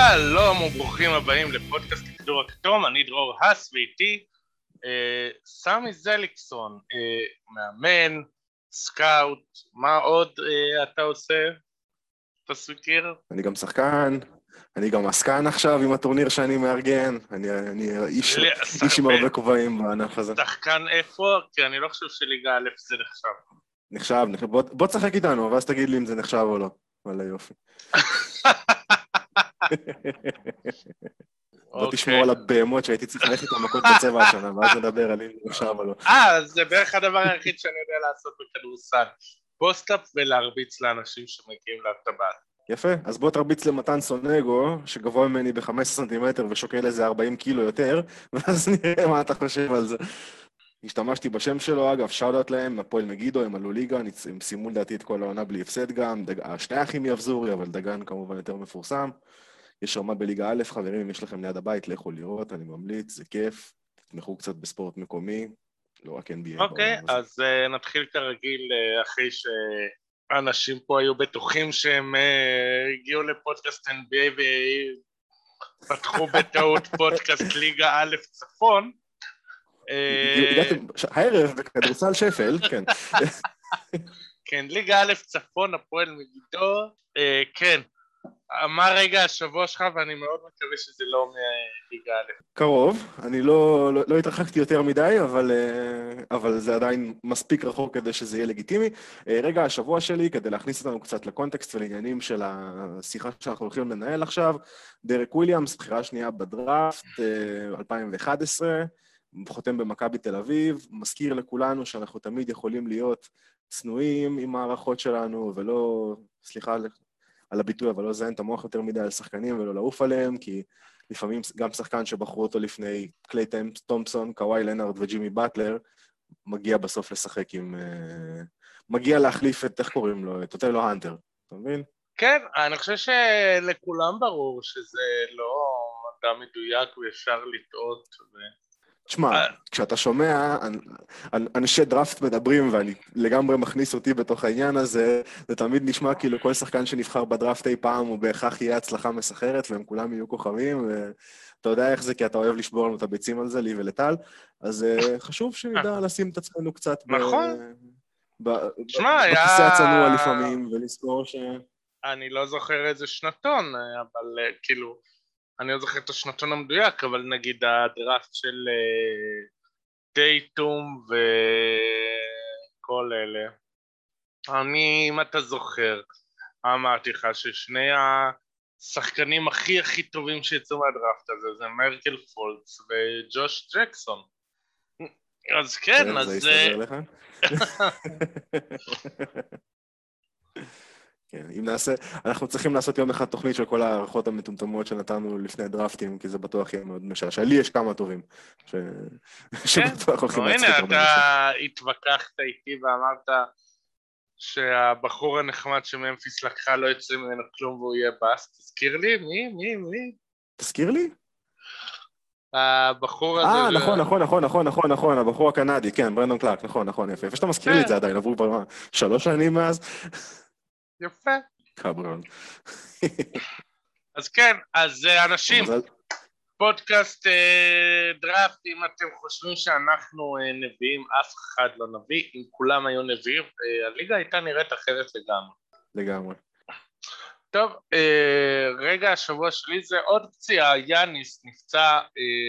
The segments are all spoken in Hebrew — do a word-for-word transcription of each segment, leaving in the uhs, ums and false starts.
שלום וברוכים הבאים לפודקאסט כדור הכתום, אני דרור הס ואיתי אה, סמי זליקסון, אה, מאמן, סקאוט, מה עוד אה, אתה עושה? אתה סוכר? אני גם שחקן, אני גם עסקן עכשיו עם הטורניר שאני מארגן, אני, אני איש, לי, איש עם הרבה כובעים בענף הזה. שחקן איפה? כי אני לא חושב שליגה א' זה נחשב. נחשב, נחשב. בוא, בוא תשחק איתנו, ואז תגיד לי אם זה נחשב או לא. וואלה יופי. בוא תשמור על הבהמות שהייתי צריך ללכת איתם מכות בצבע השנה, ואז נדבר על אם זה נחשב או לא. אה, זה בערך הדבר היחיד שאני יודע לעשות בכדורסל. פוסט-אפ ולהרביץ לאנשים שמגיעים לטבעת. יפה, אז בוא תרביץ למתן סונגו, שגבוה ממני ב-חמישה עשר סנטימטר ושוקל איזה ארבעים קילו יותר, ואז נראה מה אתה חושב על זה. השתמשתי בשם שלו, אגב, שאוט להם, הפועל מגידו, הם עלו ליגה, הם סיימו לדעתי את כל העונה בלי הפסד גם, דג... שני אחים יבזורי, אבל דגן כמובן יותר מפורסם. יש רמה בליגה א', חברים, אם יש לכם ליד הבית, לכו לראות, אני ממליץ, זה כיף, תתמכו קצת בספורט מקומי, לא רק אן בי איי אוקיי, בעולם הזה. אז uh, נתחיל כרגיל uh, אחרי שאנשים פה היו בטוחים שהם uh, הגיעו לפודקאסט אן בי איי ופתחו בטעות פודקאסט ליגה א' צפון. הגעתם הערב בכדורסל שפל, כן. כן, ליגה א' צפון, הפועל מגידו, uh, כן. מה רגע השבוע שלך, ואני מאוד מקווה שזה לא מליגה א'. קרוב, אני לא, לא, לא התרחקתי יותר מדי, אבל, אבל זה עדיין מספיק רחוק כדי שזה יהיה לגיטימי. רגע השבוע שלי, כדי להכניס אותנו קצת לקונטקסט ולעניינים של השיחה שאנחנו הולכים לנהל עכשיו, דרק וויליאמס, בחירה שנייה בדראפט, אלפיים ואחת עשרה, חותם במכבי תל אביב, מזכיר לכולנו שאנחנו תמיד יכולים להיות צנועים עם הערכות שלנו, ולא, סליחה על הביטוי, אבל לא זיין את המוח יותר מדי על שחקנים ולא לעוף עליהם, כי לפעמים גם שחקן שבחרו אותו לפני קליי תומפסון, קוואי לנארד וג'ימי באטלר, מגיע בסוף לשחק עם... מגיע להחליף את, איך קוראים לו? את אותו האנטר, אתה מבין? כן, אני חושב שלכולם ברור שזה לא מדע מדויק ואפשר לטעות ו... תשמע, כשאתה שומע, אנשי דראפט מדברים, ואני לגמרי מכניס אותי בתוך העניין הזה, זה תמיד נשמע כאילו כל שחקן שנבחר בדראפט אי פעם הוא בהכרח יהיה הצלחה מסחרת, והם כולם יהיו כוכבים, ואתה יודע איך זה, כי אתה אוהב לשבור לנו את הביצים על זה, לי ולטל, אז חשוב שנדע לשים את עצמנו קצת בכיסא הצנוע לפעמים, ולזכור ש... אני לא זוכר איזה שנתון, אבל כאילו... אני לא זוכר את השנתון המדויק, אבל נגיד הדראפט של טייטום וכל אלה. אני, אם אתה זוכר, אמרתי לך ששני השחקנים הכי הכי טובים שיצאו מהדראפט הזה, זה מרקל פולץ וג'וש ג'קסון. אז כן, אז... זה יסתדר לך? כן, אם נעשה, אנחנו צריכים לעשות יום אחד תוכנית של כל הערכות המטומטמות שנתנו לפני דראפטים, כי זה בטוח יהיה מאוד משעשע. לי יש כמה טובים, שבטוח הולכים להצחיק הרבה אנשים. הנה, אתה התווכחת איתי ואמרת שהבחור הנחמד שממפיס לקחה לא יוצא ממנו כלום והוא יהיה באס. תזכיר לי? מי? מי? מי? תזכיר לי? הבחור הזה... אה, נכון, נכון, נכון, נכון, נכון, נכון, הבחור הקנדי, כן, ברנדון קלארק, נכון, נכון, יפה. איפה שאתה מזכיר לי את זה עדיין, עברו כבר שלוש שנים מאז. יפה. קברון. אז כן, אז אנשים, פודקאסט דראפט, אם אתם חושבים שאנחנו נביאים, אף אחד לא נביא, אם כולם היו נביאים, הליגה הייתה נראית אחרת לגמרי. לגמרי. טוב, רגע השבוע שלי זה עוד פציעה, יאניס נפצע,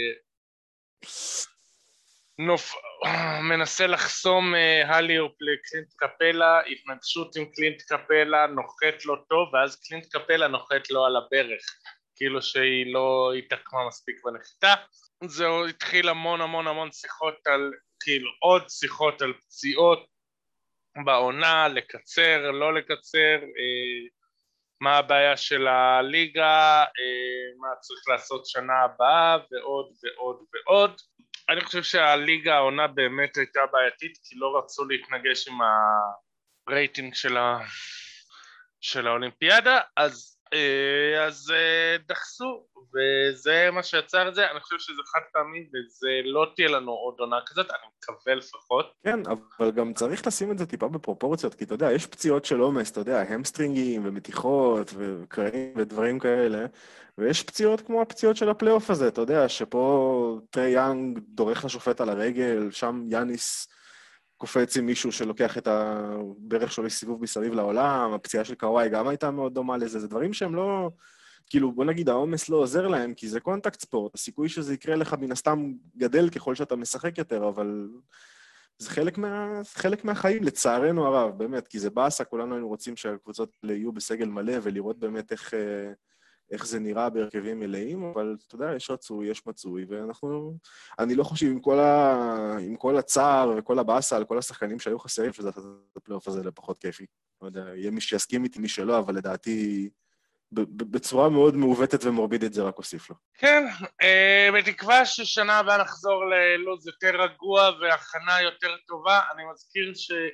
נופ... מנסה לחסום הליופ לקלינט קפלה, התנגשות עם קלינט קפלה, נוחת לו טוב, ואז קלינט קפלה נוחת לו על הברך, כאילו שהיא לא התעקמה מספיק בנחיתה. זהו, התחיל המון המון המון שיחות על, כאילו עוד שיחות על פציעות בעונה, לקצר, לא לקצר, אה, מה הבעיה של הליגה, אה, מה צריך לעשות שנה הבאה, ועוד ועוד ועוד. אני חושב שהליגה העונה באמת הייתה בעייתית, כי לא רצו להתנגש עם הרייטינג של, ה... של האולימפיאדה, אז אז דחסו, וזה מה שיצר את זה. אני חושב שזה חד פעמי, וזה לא תהיה לנו עוד עונה כזאת, אני מקווה לפחות. כן, אבל גם צריך לשים את זה טיפה בפרופורציות, כי אתה יודע, יש פציעות של עומס, אתה יודע, המסטרינגים ומתיחות וקרעים ודברים כאלה, ויש פציעות כמו הפציעות של הפלייאוף הזה, אתה יודע, שפה טרי יאנג דורך לשופט על הרגל, שם יאניס קופץ עם מישהו שלוקח את הברך שלו לסיבוב מסביב לעולם, הפציעה של קוואי גם הייתה מאוד דומה לזה, זה דברים שהם לא, כאילו בוא נגיד העומס לא עוזר להם, כי זה קונטקט ספורט, הסיכוי שזה יקרה לך מן הסתם גדל ככל שאתה משחק יותר, אבל זה חלק, מה, חלק מהחיים, לצערנו הרב, באמת, כי זה באסה, כולנו היינו רוצים שהקבוצות יהיו בסגל מלא ולראות באמת איך, איך זה נראה בהרכבים מלאים, אבל אתה יודע, יש רצוי, יש מצוי, ואנחנו, אני לא חושב עם כל, ה, עם כל הצער וכל הבאסה על כל השחקנים שהיו חסרים, שזה הפלייאוף הזה לפחות כיפי. לא יודע, יהיה מי שיסכים איתי, מי שלא, אבל לדעתי, בצורה מאוד מעוותת ומורבידית זה רק הוסיף לו. כן, בתקווה ששנה הבאה נחזור ללוז יותר רגוע והכנה יותר טובה. אני מזכיר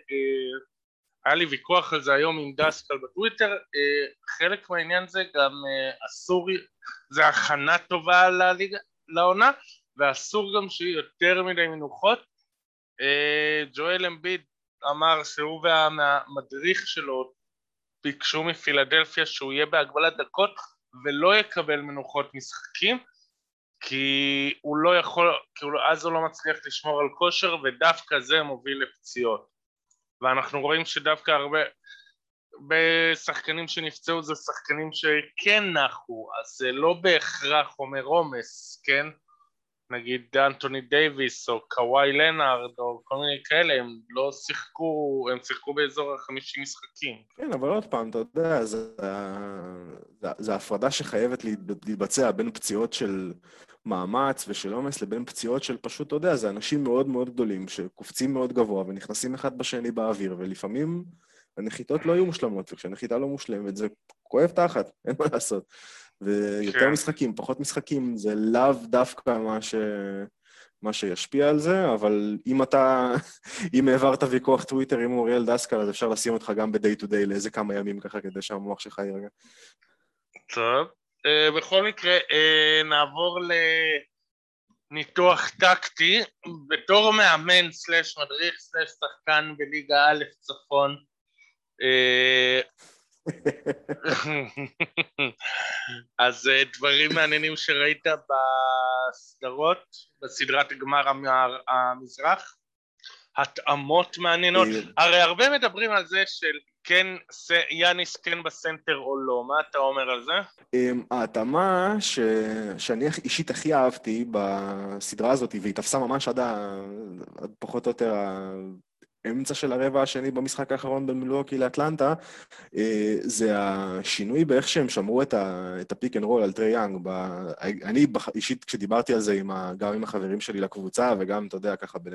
שהיה לי ויכוח על זה היום עם דסקל בטוויטר, חלק מהעניין זה גם אסור, זה הכנה טובה לעונה, ואסור גם שיהיה יותר מדי מנוחות. ג'ואל אמביד אמר שהוא והמדריך שלו ביקשו מפילדלפיה שהוא יהיה בהגבלת דקות ולא יקבל מנוחות משחקים, כי הוא לא יכול, כי הוא, אז הוא לא מצליח לשמור על כושר, ודווקא זה מוביל לפציעות. ואנחנו רואים שדווקא הרבה בשחקנים שנפצעו זה שחקנים שכן נחו, אז זה לא בהכרח אומר עומס, כן? נגיד אנטוני דייביס או קוואי לנארד או כל מיני כאלה, הם לא שיחקו, הם שיחקו באזור החמישים משחקים. כן, אבל עוד פעם, אתה יודע, זה, זה, זה הפרדה שחייבת להתבצע בין פציעות של מאמץ ושל עומס לבין פציעות של פשוט, אתה יודע, זה אנשים מאוד מאוד גדולים שקופצים מאוד גבוה ונכנסים אחד בשני באוויר, ולפעמים הנחיתות לא היו מושלמות, וכשהנחיתה לא מושלמת זה כואב תחת, אין מה לעשות. ויותר כן. משחקים, פחות משחקים, זה לאו דווקא מה, ש... מה שישפיע על זה, אבל אם אתה, אם העברת ויכוח טוויטר עם אוריאל דסקל, אז אפשר לשים אותך גם ב-day to day לאיזה כמה ימים ככה, כדי שהמוח שלך ירגע. טוב, uh, בכל מקרה, uh, נעבור לניתוח טקטי, בתור מאמן סלש מדריך סלש שחקן בליגה א' צפון, uh, אז דברים מעניינים שראית בסדרות, בסדרת הגמר המזרח, התאמות מעניינות, הרי הרבה מדברים על זה של כן, יאניס כן בסנטר או לא, מה אתה אומר על זה? ההתאמה שאני אישית הכי אהבתי בסדרה הזאת, והיא תפסה ממש עד פחות או יותר האמצע של הרבע השני במשחק האחרון בין מילווקי לאטלנטה, זה השינוי באיך שהם שמרו את הפיק אנד רול על טרי יאנג. אני אישית כשדיברתי על זה גם עם החברים שלי לקבוצה, וגם, אתה יודע, ככה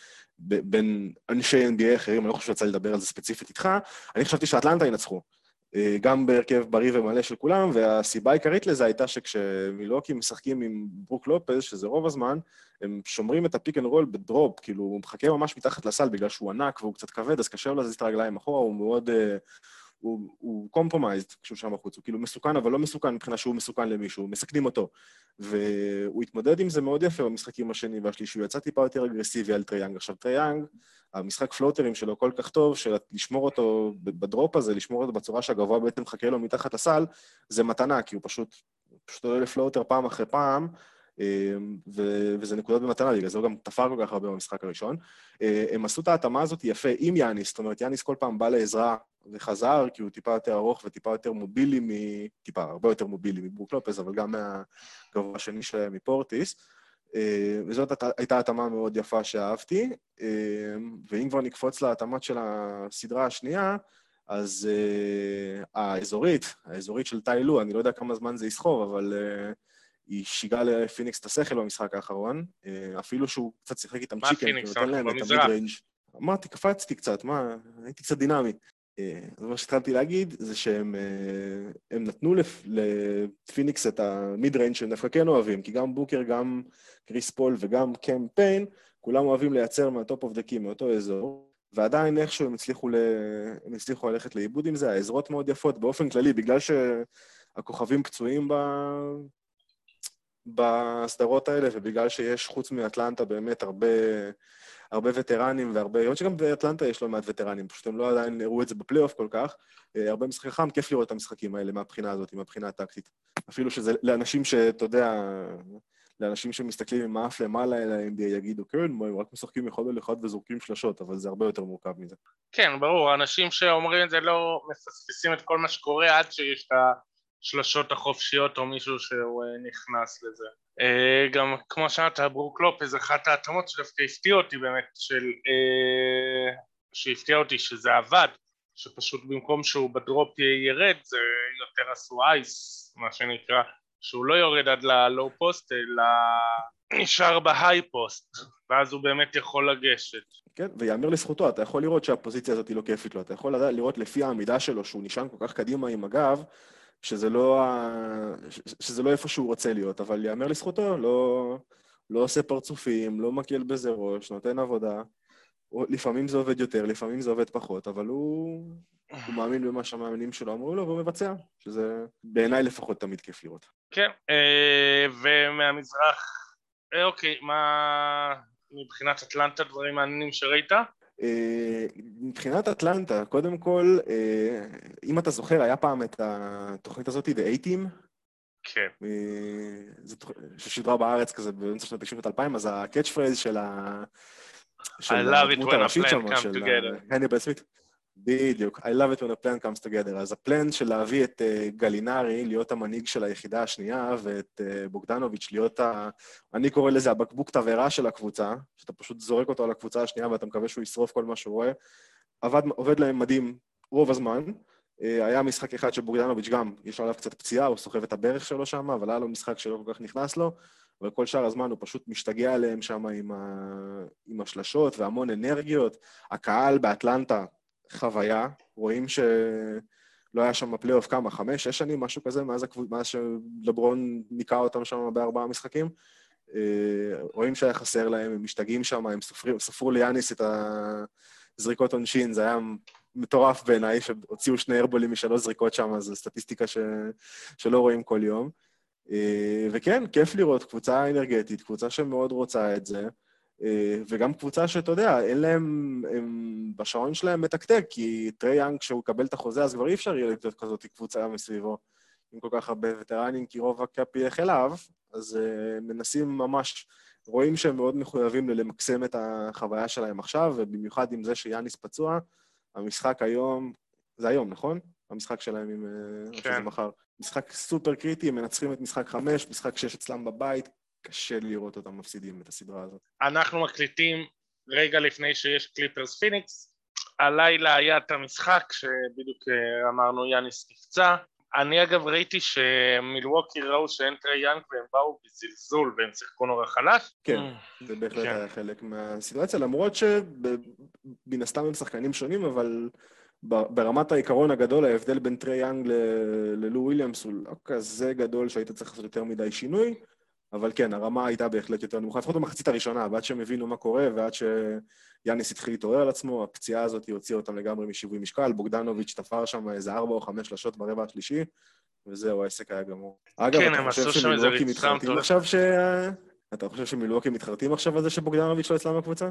בין אנשי אן בי איי אחרים, אני לא חושב שיצא לדבר על זה ספציפית איתך, אני חשבתי שאטלנטה ינצחו. גם בהרכב בריא ומלא של כולם, והסיבה העיקרית לזה הייתה שכשמילווקי משחקים עם ברוק לופז, שזה רוב הזמן, הם שומרים את הפיק אנד רול בדרופ, כאילו הוא מחכה ממש מתחת לסל בגלל שהוא ענק והוא קצת כבד, אז קשה לו להזיז את הרגליים אחורה, הוא מאוד, הוא, הוא קומפרומייזד כשהוא שם החוץ, הוא כאילו מסוכן, אבל לא מסוכן מבחינה שהוא מסוכן למישהו, מסכנים אותו, והוא התמודד עם זה מאוד יפה במשחקים השני והשלישי, הוא יצא טיפה יותר אגרסיבי על טרי יאנג. עכשיו טרי יאנג, המשחק פלוטרים שלו כל כך טוב, של לשמור אותו בדרופ הזה, לשמור אותו בצורה שהגבוה בעצם מחכה לו מתחת לסל, זה מתנה, כי הוא פשוט, פשוט עולה לפלוטר פעם אחרי פעם, ו- וזה נקודות במתנה, בגלל זה הוא גם תפר כל כך הרבה במשחק הראשון. הם עשו את ההתאמה הזאת יפה עם יאניס, זאת אומרת, יאניס כל פעם בא לעזרה וחזר, כי הוא טיפה יותר ארוך וטיפה יותר מובילי, מ- טיפה, הרבה יותר מובילי מברוק לופז, אבל גם מהגבוה השני שלהם מפורטיס. וזאת הייתה התאמה מאוד יפה שאהבתי, ואם כבר נקפוץ להתאמות של הסדרה השנייה, אז האזורית, האזורית של טיילו, אני לא יודע כמה זמן זה יסחוב, אבל היא שיגעה לפיניקס את השכל במשחק האחרון, אפילו שהוא קצת שיחק איתם צ'יקן, כי הוא נותן להם את המיד-ריינג'. אמרתי, קפצתי קצת, מה, הייתי קצת דינמי. אז מה שהתחלתי להגיד זה שהם נתנו לפיניקס את המיד-ריינג' שהם דווקא כן אוהבים, כי גם בוקר, גם קריס פול וגם קמפיין, כולם אוהבים לייצר מהטופ אוף דקים, מאותו אזור, ועדיין איכשהו הם הצליחו, ל... הם הצליחו ללכת לאיבוד עם זה, העזרות מאוד יפות באופן כללי, בגלל ש... הכוכבים פצועים ב... בסדרות האלה, ובגלל שיש חוץ מאטלנטה באמת הרבה, הרבה וטרנים והרבה, אני חושב שגם באטלנטה יש לא מעט וטרנים, פשוט הם לא עדיין הראו את זה בפלייאוף כל כך, הרבה משחקי חם, כיף לראות את המשחקים האלה מהבחינה הזאת, מהבחינה הטקטית. אפילו שזה לאנשים שאתה יודע, לאנשים שמסתכלים עם האף למעלה אל ה-אן בי איי יגידו, כן, הם רק משחקים אחד על אחד וזורקים שלשות, אבל זה הרבה יותר מורכב מזה. כן, ברור, אנשים שאומרים את זה לא מפספסים את כל מה שקורה עד שיש את השלשות החופשיות או מישהו שהוא נכנס לזה. גם כמו שאמרת, ברוק לופז, אחת ההתאמות שדווקא הפתיע אותי באמת, של, שהפתיע אותי שזה עבד, שפשוט במקום שהוא בדרופ ירד, זה יותר עשו אייס, מה שנקרא, שהוא לא יורד עד ללואו פוסט, אלא נשאר בהיי פוסט, ואז הוא באמת יכול לגשת. כן, ויאמר לזכותו, אתה יכול לראות שהפוזיציה הזאת היא לא כיפית לו, אתה יכול לראות לפי העמידה שלו, שהוא נשען כל כך קדימה עם הגב, שזה לא, שזה לא איפה שהוא רוצה להיות, אבל יאמר לזכותו, לא, לא עושה פרצופים, לא מקל בזה ראש, נותן עבודה, לפעמים זה עובד יותר, לפעמים זה עובד פחות, אבל הוא, הוא מאמין במה שהמאמינים שלו אמרו לו, והוא מבצע, שזה בעיניי לפחות תמיד כיף לראות. כן, ומהמזרח, אוקיי, מה מבחינת אטלנטה דברים מעניינים שראית? מבחינת אטלנטה, קודם כל, אם אתה זוכר, היה פעם את התוכנית הזאת, The A-Team, כן. ששודרה בארץ כזה באמצע שנות תשעים אלפיים, אז הקאץ' פרייז של הדמות הראשית שם, של הניבל סמית. בדיוק, I love it when a plan comes together. אז הפלן של להביא את גלינרי להיות המנהיג של היחידה השנייה, ואת בוגדנוביץ' להיות, ה... אני קורא לזה הבקבוק תבערה של הקבוצה, שאתה פשוט זורק אותו על הקבוצה השנייה, ואתה מקווה שהוא ישרוף כל מה שהוא רואה. עבד, עובד להם מדהים רוב הזמן. היה משחק אחד שבוגדנוביץ' גם, יש עליו קצת פציעה, הוא סוחב את הברך שלו שם, אבל היה לו משחק שלא כל כך נכנס לו, אבל כל שאר הזמן הוא פשוט משתגע עליהם שם עם, ה... עם השלשות והמון אנרגיות. הקהל באטלנטה חוויה, רואים שלא היה שם פלייאוף כמה, חמש, שש שנים, משהו כזה, מאז, הקב... מאז שלברון ניקה אותם שם בארבעה משחקים. רואים שהיה חסר להם, הם משתגעים שם, הם סופרים, ספרו ליאניס את הזריקות עונשין, זה היה מטורף בעיניי, שהוציאו שני ארבולים משלוש זריקות שם, זו סטטיסטיקה ש... שלא רואים כל יום. וכן, כיף לראות, קבוצה אנרגטית, קבוצה שמאוד רוצה את זה, וגם קבוצה שאתה יודע, אין להם, הם, בשעון שלהם מתקתק, כי טרי יאנג, כשהוא יקבל את החוזה, אז כבר אי אפשר יהיה לקטות כזאת קבוצה מסביבו, עם כל כך הרבה וטרנים, כי רוב הקאפ ילך אליו, אז uh, מנסים ממש, רואים שהם מאוד מחויבים למקסם את החוויה שלהם עכשיו, ובמיוחד עם זה שיאניס פצוע, המשחק היום, זה היום, נכון? המשחק שלהם עם... כן. שזה מחר. משחק סופר קריטי, הם מנצחים את משחק חמש, משחק שש אצלם בבית, קשה לראות אותם מפסידים את הסדרה הזאת. אנחנו מקליטים רגע לפני שיש קליפרס פיניקס. הלילה היה את המשחק שבדיוק אמרנו יאניס נפצע. אני אגב ראיתי שמילווקי ראו שאין טרי יאנג והם באו בזלזול והם שיחקו נורא חלש. כן, זה בהחלט היה חלק מהסיטואציה, למרות שמן הסתם הם שחקנים שונים, אבל ברמת העיקרון הגדול, ההבדל בין טרי יאנג ללו וויליאמס הוא לא כזה גדול שהיית צריך לעשות יותר מדי שינוי, אבל כן, הרמה הייתה בהחלט יותר נמוכה, לפחות במחצית הראשונה, ועד שהם הבינו מה קורה, ועד שיאניס התחיל להתעורר על עצמו, הפציעה הזאת הוציאה אותם לגמרי משיווי משקל, בוגדנוביץ' תפר שם איזה ארבע או חמש שלשות ברבע השלישי, וזהו, העסק היה גמור. אגב, כן, אתה חושב שמילווקי מתחרטים עכשיו ש... אתה חושב שמילווקי מתחרטים עכשיו על זה שבוגדנוביץ' לא אצלם בקבוצה?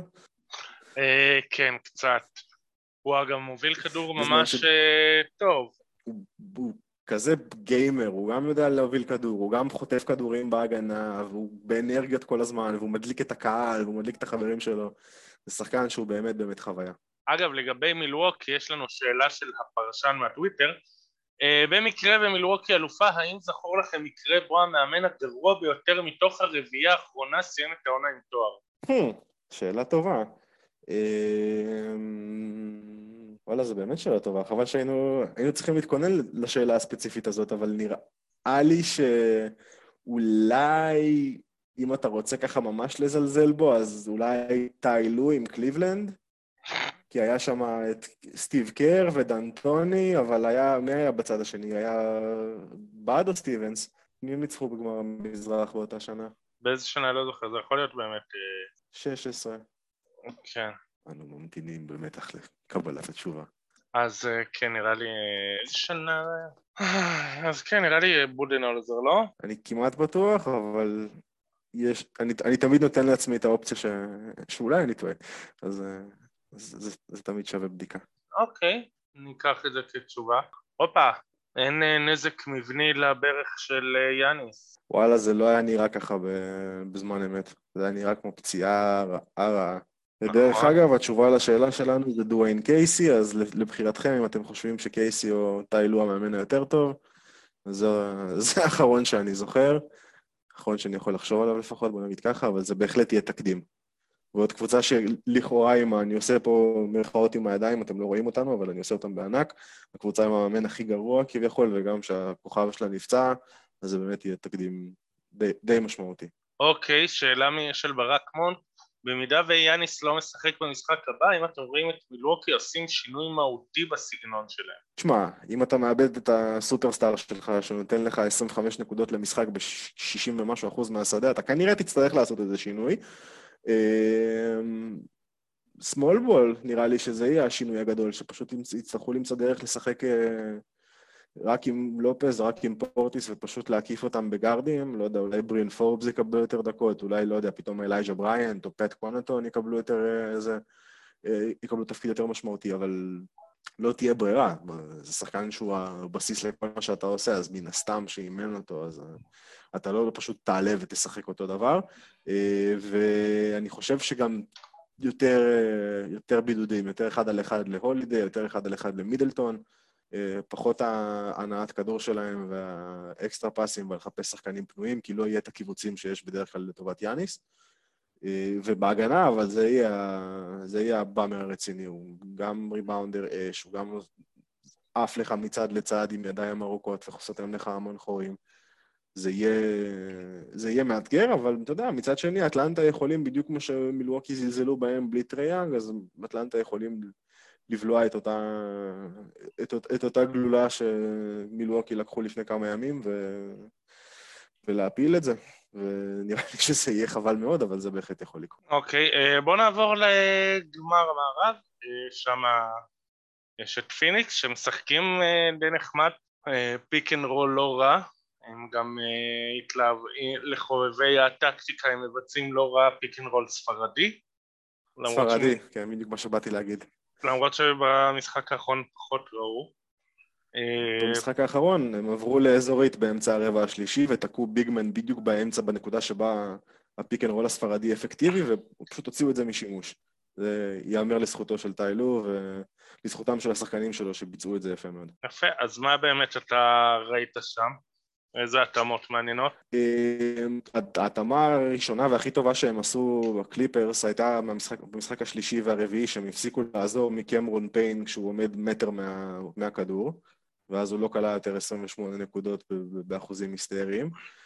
כן, קצת. הוא גם מוביל כדור ממש טוב. הוא כזה גיימר, הוא גם יודע להוביל כדור, הוא גם חוטף כדורים בהגנה, והוא באנרגיות כל הזמן, והוא מדליק את הקהל, והוא מדליק את החברים שלו. זה שחקן שהוא באמת באמת חוויה. אגב, לגבי מילווקי, יש לנו שאלה של הפרשן מהטוויטר. במקרה במילווקי אלופה, האם זכור לכם מקרה בו המאמן הגרוע ביותר מתוך הרביעייה האחרונה סיים את העונה עם תואר? שאלה טובה. וואלה, זה באמת שאלה טובה. חבל שהיינו היינו צריכים להתכונן לשאלה הספציפית הזאת, אבל נראה לי שאולי, אם אתה רוצה ככה ממש לזלזל בו, אז אולי טיילו עם קליבלנד, כי היה שם את סטיב קר ודנטוני, אבל היה, מי היה בצד השני? היה בד או סטיבנס? מי ניצחו בגמר המזרח באותה שנה? באיזה שנה לא זוכר, זה יכול להיות באמת... שש עשרה. כן. אנו ממתינים במתח לקבלת התשובה. אז כן, נראה לי... איזה שנה... אז כן, נראה לי בודנהולזר, לא? אני כמעט בטוח, אבל יש, אני, אני תמיד נותן לעצמי את האופציה ש, שאולי אני טועה, אז, אז זה, זה, זה תמיד שווה בדיקה. אוקיי, ניקח את זה כתשובה. הופה, אין נזק מבני לברך של יאניס. וואלה, זה לא היה נראה ככה בזמן אמת, זה היה נראה כמו פציעה רעה רעה. ודרך נכון. אגב, התשובה לשאלה שלנו זה דוויין קייסי, אז לבחירתכם, אם אתם חושבים שקייסי או טיילו המאמן היותר טוב, זה, זה האחרון שאני זוכר, האחרון שאני יכול לחשוב עליו לפחות, בוא נגיד ככה, אבל זה בהחלט יהיה תקדים. ועוד קבוצה שלכאורה, אם אני עושה פה מרכאות עם הידיים, אתם לא רואים אותנו, אבל אני עושה אותם בענק, הקבוצה עם המאמן הכי גרוע כביכול, וגם שהכוכב שלה נפצע, אז זה באמת יהיה תקדים די, די משמעותי. אוקיי, שאלה של ברק מון, במידה ויאניס לא משחק במשחק הבא, אם אתם רואים את מילווקי עושים שינוי מהותי בסגנון שלהם? תשמע, אם אתה מאבד את הסופרסטאר שלך, שנותן לך עשרים וחמש נקודות למשחק ב-שישים ומשהו אחוז מהשדה, אתה כנראה תצטרך לעשות איזה שינוי. סמול בול, נראה לי שזה יהיה השינוי הגדול, שפשוט יצטרכו למצוא דרך לשחק רק עם לופז, רק עם פורטיס, ופשוט להקיף אותם בגארדים, לא יודע, אולי ברין פורבס יקבלו יותר דקות, אולי, לא יודע, פתאום אלייג'ה בריינט או פט קונטון יקבלו יותר איזה, יקבלו תפקיד יותר משמעותי, אבל לא תהיה ברירה, זה שחקן שהוא הבסיס לכל מה שאתה עושה, אז מן הסתם שאימן אותו, אז אתה לא פשוט תעלה ותשחק אותו דבר, ואני חושב שגם יותר, יותר בידודים, יותר אחד על אחד להולידי, יותר אחד על אחד למידלטון, פחות ההנעת כדור שלהם והאקסטרה פאסים ולחפש שחקנים פנויים, כי לא יהיה את הקיבוצים שיש בדרך כלל לטובת יאניס. ובהגנה, אבל זה יהיה, זה יהיה הבאמר הרציני, הוא גם ריבאונדר אש, הוא גם עף לך מצד לצד עם ידיים ארוכות וסותם לך המון חורים. זה יהיה, זה יהיה מאתגר, אבל אתה יודע, מצד שני, אטלנטה יכולים, בדיוק כמו שמילווקי זלזלו בהם בלי טרייאנג, אז אטלנטה יכולים לבלוע את אותה, את, את אותה גלולה שמילווקי לקחו לפני כמה ימים, ו, ולהפיל את זה. ונראה לי שזה יהיה חבל מאוד, אבל זה בהחלט יכול לקרות. אוקיי, בוא נעבור לגמר המערב, שם יש את פיניקס שמשחקים די נחמד, פיק אנד רול לא רע, הם גם התלהב, לחובבי הטקטיקה הם מבצעים לא רע פיק אנד רול ספרדי. ספרדי, ש... כן, בדיוק מה שבאתי להגיד. למרות שבמשחק האחרון פחות ראו. במשחק האחרון הם עברו לאזורית באמצע הרבע השלישי, ותקעו ביגמן בדיוק באמצע בנקודה שבה הפיק אנד רול הספרדי אפקטיבי, ופשוט הוציאו את זה משימוש. זה יאמר לזכותו של טיילו, ולזכותם של השחקנים שלו שביצעו את זה יפה מאוד. יפה, אז מה באמת אתה ראית שם? איזה התאמות מעניינות? ההתאמה הראשונה והכי טובה שהם עשו בקליפרס הייתה במשחק, במשחק השלישי והרביעי, שהם הפסיקו לעזור מקמרון פיין כשהוא עומד מטר מה, מהכדור, ואז הוא לא קלה יותר עשרים ושמונה נקודות באחוזים היסטריים.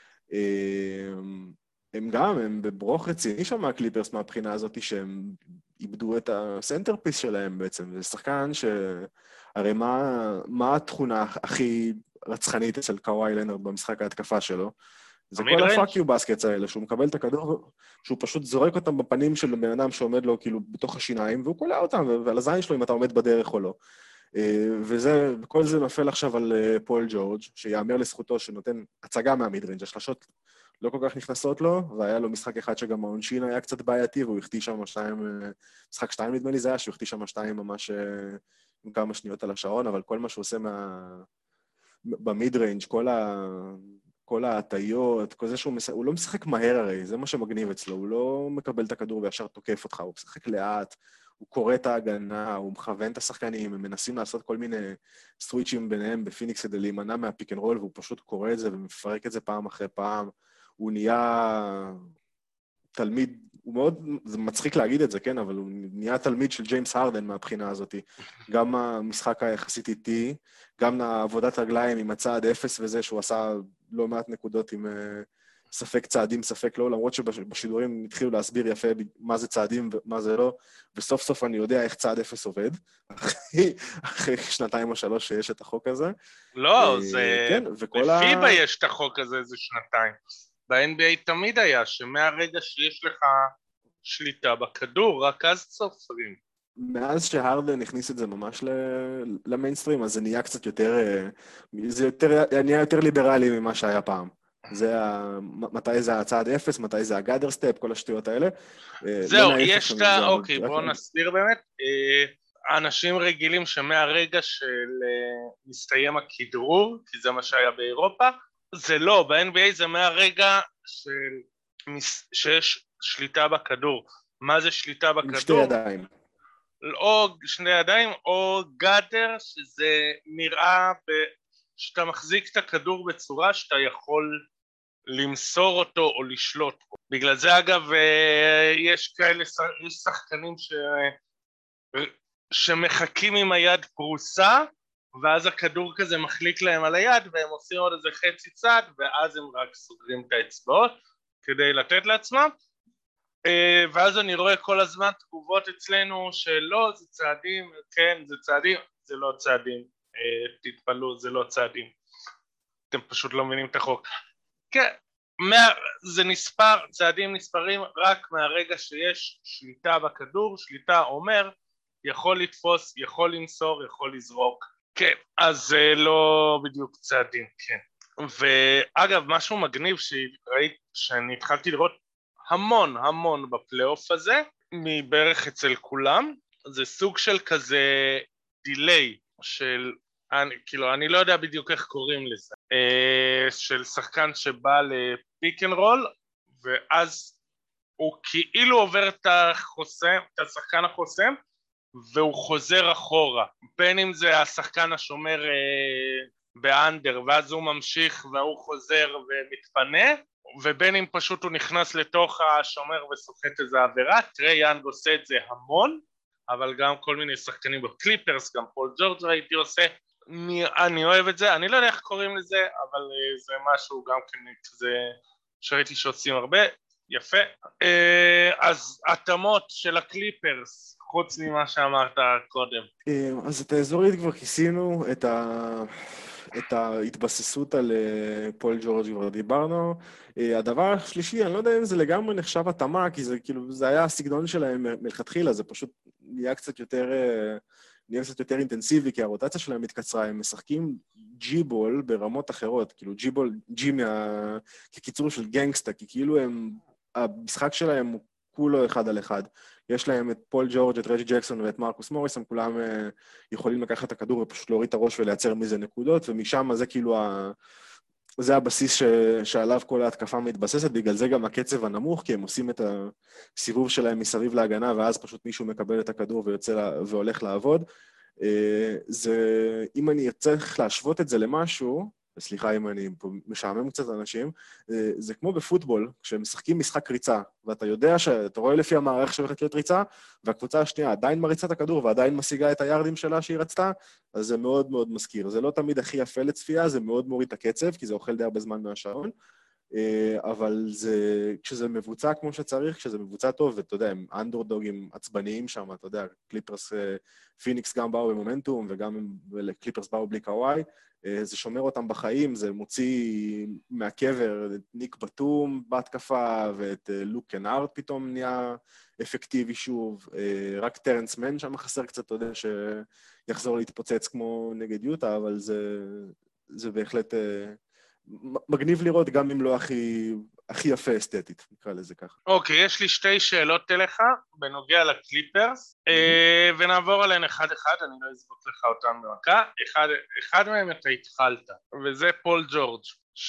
הם גם, הם בברוך רציני שם מהקליפרס מהבחינה הזאת שהם איבדו את הסנטרפיס שלהם בעצם. זה שחקן שהרי מה, מה התכונה הכי רצחנית אצל קוואי לנארד במשחק ההתקפה שלו? זה כל הפאק יו בסקטס האלה, שהוא מקבל את הכדור, שהוא פשוט זורק אותם בפנים של בן אדם שעומד לו כאילו בתוך השיניים, והוא קולע אותם, ועל הזין שלו אם אתה עומד בדרך או לא. וזה, כל זה נופל עכשיו על פול ג'ורג', שיאמר לזכותו שנותן הצגה מהמידרנג', השלשות לא כל כך נכנסות לו, והיה לו משחק אחד שגם העונשין היה קצת בעייתי, והוא החטיא שם שתיים, משחק שתיים נדמה לי זה היה, שהוא החטיא שם שתיים ממש עם כמה שניות על השעון, אבל כל מה שהוא עושה מה... במידרנג', כל ה... כל ההטיות, כל זה שהוא משחק, הוא לא משחק מהר הרי, זה מה שמגניב אצלו, הוא לא מקבל את הכדור וישר תוקף אותך, הוא משחק לאט, הוא קורא את ההגנה, הוא מכוון את השחקנים, הם מנסים לעשות כל מיני סוויצ'ים ביניהם בפיניקס כדי להימנע מהפיק אנד רול, והוא פשוט קורא את זה ומפרק את זה פעם אחרי פעם, הוא נהיה תלמיד, הוא מאוד, זה מצחיק להגיד את זה, כן, אבל הוא נהיה תלמיד של ג'יימס הרדן מהבחינה הזאת, גם המשחק היחסית איטי, גם העבודת רגליים עם הצעד אפס וזה, שהוא עשה לא מעט נקודות עם ספק צעדים, ספק לא, למרות שבשידורים התחילו להסביר יפה מה זה צעדים ומה זה לא, וסוף סוף אני יודע איך צעד אפס עובד, אחרי שנתיים או שלוש שיש את החוק הזה. לא, זה... בפיבה יש את החוק הזה איזה שנתיים. ב-אן בי איי תמיד היה שמהרגע שיש לך שליטה בכדור, רק אז סופרים. מאז שהרדן הכניס את זה ממש למיינסטרים, אז זה נהיה קצת יותר, זה יותר, נהיה יותר ליברלי ממה שהיה פעם. זה ה... מתי זה הצעד אפס, מתי זה הגאדר סטפ, כל השטויות האלה. זהו, יש את ה... אוקיי, בואו נסביר באמת. האנשים רגילים שמהרגע של מסתיים הכדרור, כי זה מה שהיה באירופה, זה לא, ב-אן בי איי זה מהרגע של... שיש שליטה בכדור. מה זה שליטה בכדור? עם שתי ידיים. או שני ידיים, או גאדר, שזה נראה ב... שאתה מחזיק את הכדור בצורה שאתה יכול למסור אותו או לשלוט בו. בגלל זה אגב, יש כאלה, יש שחקנים ש... שמחכים עם היד פרוסה, ואז הכדור כזה מחליק להם על היד, והם עושים עוד איזה חצי צעד, ואז הם רק סוגרים את האצבעות, כדי לתת לעצמם, ואז אני רואה כל הזמן תגובות אצלנו, שלא, זה צעדים, כן, זה צעדים, זה לא צעדים, תתפלו, זה לא צעדים, אתם פשוט לא מבינים את החוק. כן, זה נספר, צעדים נספרים רק מהרגע שיש שליטה בכדור, שליטה אומר, יכול לתפוס, יכול למסור, יכול לזרוק. כן, אז זה לא בדיוק צעדים, כן. ואגב, משהו מגניב שראית, שאני התחלתי לראות המון המון בפלייאוף הזה, מבערך אצל כולם, זה סוג של כזה דיליי, של, אני, כאילו, אני לא יודע בדיוק איך קוראים לזה, של שחקן שבא לפיק אנד רול, ואז הוא כאילו עובר את החוסם, את השחקן החוסם, והוא חוזר אחורה, בין אם זה השחקן השומר אה, באנדר, ואז הוא ממשיך והוא חוזר ומתפנה, ובין אם פשוט הוא נכנס לתוך השומר וסוחט איזה עבירה. טרי יאנג עושה את זה המון, אבל גם כל מיני שחקנים בקליפרס, גם פול ג'ורג' ראיתי עושה, אני, אני אוהב את זה, אני לא יודע איך קוראים לזה, אבל אה, זה משהו גם כן כזה שראיתי שעושים הרבה, יפה. אה, אז התאמות של הקליפרס, חוץ ממה שאמרת קודם. אז את האזורית כבר כיסינו, את, ה... את ההתבססות על פול ג'ורג' כבר דיברנו. הדבר השלישי, אני לא יודע אם זה לגמרי נחשב התאמה, כי זה כאילו, זה היה הסגנון שלהם מלכתחילה, זה פשוט נהיה קצת יותר, נהיה קצת יותר אינטנסיבי, כי הרוטציה שלהם מתקצרה, הם משחקים ג'י-בול ברמות אחרות, כאילו ג'י-בול, ג'י מה... כקיצור של גנגסטה, כי כאילו הם, המשחק שלהם הוא כולו אחד על אחד. יש להם את פול ג'ורג', את רג'י ג'קסון ואת מרקוס מוריס, הם כולם uh, יכולים לקחת את הכדור ופשוט להוריד את הראש ולייצר מזה נקודות, ומשם זה כאילו, ה... זה הבסיס ש... שעליו כל ההתקפה מתבססת, בגלל זה גם הקצב הנמוך, כי הם עושים את הסיבוב שלהם מסביב להגנה, ואז פשוט מישהו מקבל את הכדור ויוצא לה... והולך לעבוד. Uh, זה, אם אני צריך להשוות את זה למשהו, סליחה אם אני פה משעמם קצת אנשים, זה כמו בפוטבול, כשהם משחקים משחק ריצה, ואתה יודע שאתה רואה לפי המערך שהולכת להיות ריצה, והקבוצה השנייה עדיין מריצה את הכדור, ועדיין משיגה את היארדים שלה שהיא רצתה, אז זה מאוד מאוד מזכיר. זה לא תמיד הכי יפה לצפייה, זה מאוד מוריד את הקצב, כי זה אוכל די הרבה זמן מהשעון, אבל זה, כשזה מבוצע כמו שצריך, כשזה מבוצע טוב, ואתה יודע, הם אנדרדוגים עצבניים שם, אתה יודע, קליפרס, פיניקס גם באו במומנטום, וגם קליפרס באו בלי קוואי, זה שומר אותם בחיים, זה מוציא מהקבר את ניק בטום בהתקפה, ואת לוק קנארד פתאום נהיה אפקטיבי שוב, רק טרנס מן שם חסר קצת, אתה יודע, שיחזור להתפוצץ כמו נגד יוטה, אבל זה, זה בהחלט מגניב לראות, גם אם לא הכי, הכי יפה אסתטית, נקרא לזה ככה. אוקיי, יש לי שתי שאלות אליך, בנוגע לקליפרס, mm-hmm. ונעבור עליהן אחד אחד, אני לא אזרוק לך אותן במכה, אחד, אחד מהם אתה התחלת, וזה פול ג'ורג',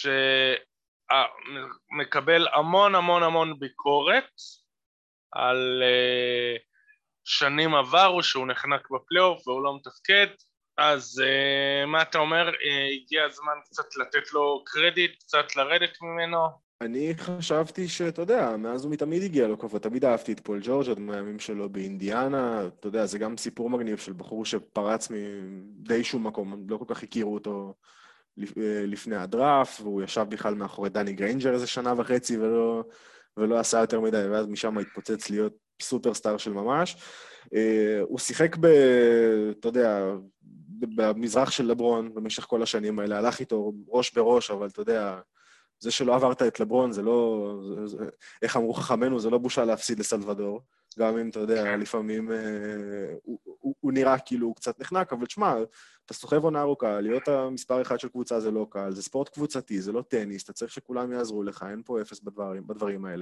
שמקבל המון המון המון ביקורת, על שנים עברו שהוא נחנק בפלייאוף והוא לא מתפקד, אז uh, מה אתה אומר, uh, הגיע הזמן קצת לתת לו קרדיט, קצת לרדת ממנו? אני חשבתי שאתה יודע, מאז הוא מתמיד הגיע לו כבוד, תמיד אהבתי את פול ג'ורג' עוד מהימים שלו באינדיאנה, אתה יודע, זה גם סיפור מגניב של בחור שפרץ מדי שום מקום, לא כל כך הכירו אותו לפני הדראפט, והוא ישב בכלל מאחורי דני גריינג'ר איזה שנה וחצי ולא, ולא עשה יותר מדי, ואז משם התפוצץ להיות סופרסטאר של ממש. Uh, הוא שיחק ב... אתה יודע... במזרח של לברון במשך כל השנים האלה, הלך איתו ראש בראש, אבל אתה יודע, זה שלא עברת את לברון, זה לא, זה, זה, איך אמרו חכמנו, זה לא בושה להפסיד לסלבדור. גם אם אתה יודע, לפעמים הוא נראה כאילו הוא קצת נחנק, אבל תשמע, אתה סוחב עונה ארוכה, להיות המספר אחד של קבוצה זה לא קל, זה ספורט קבוצתי, זה לא טניס, אתה צריך שכולם יעזרו לך, אין פה אפס בדברים, בדברים האלה.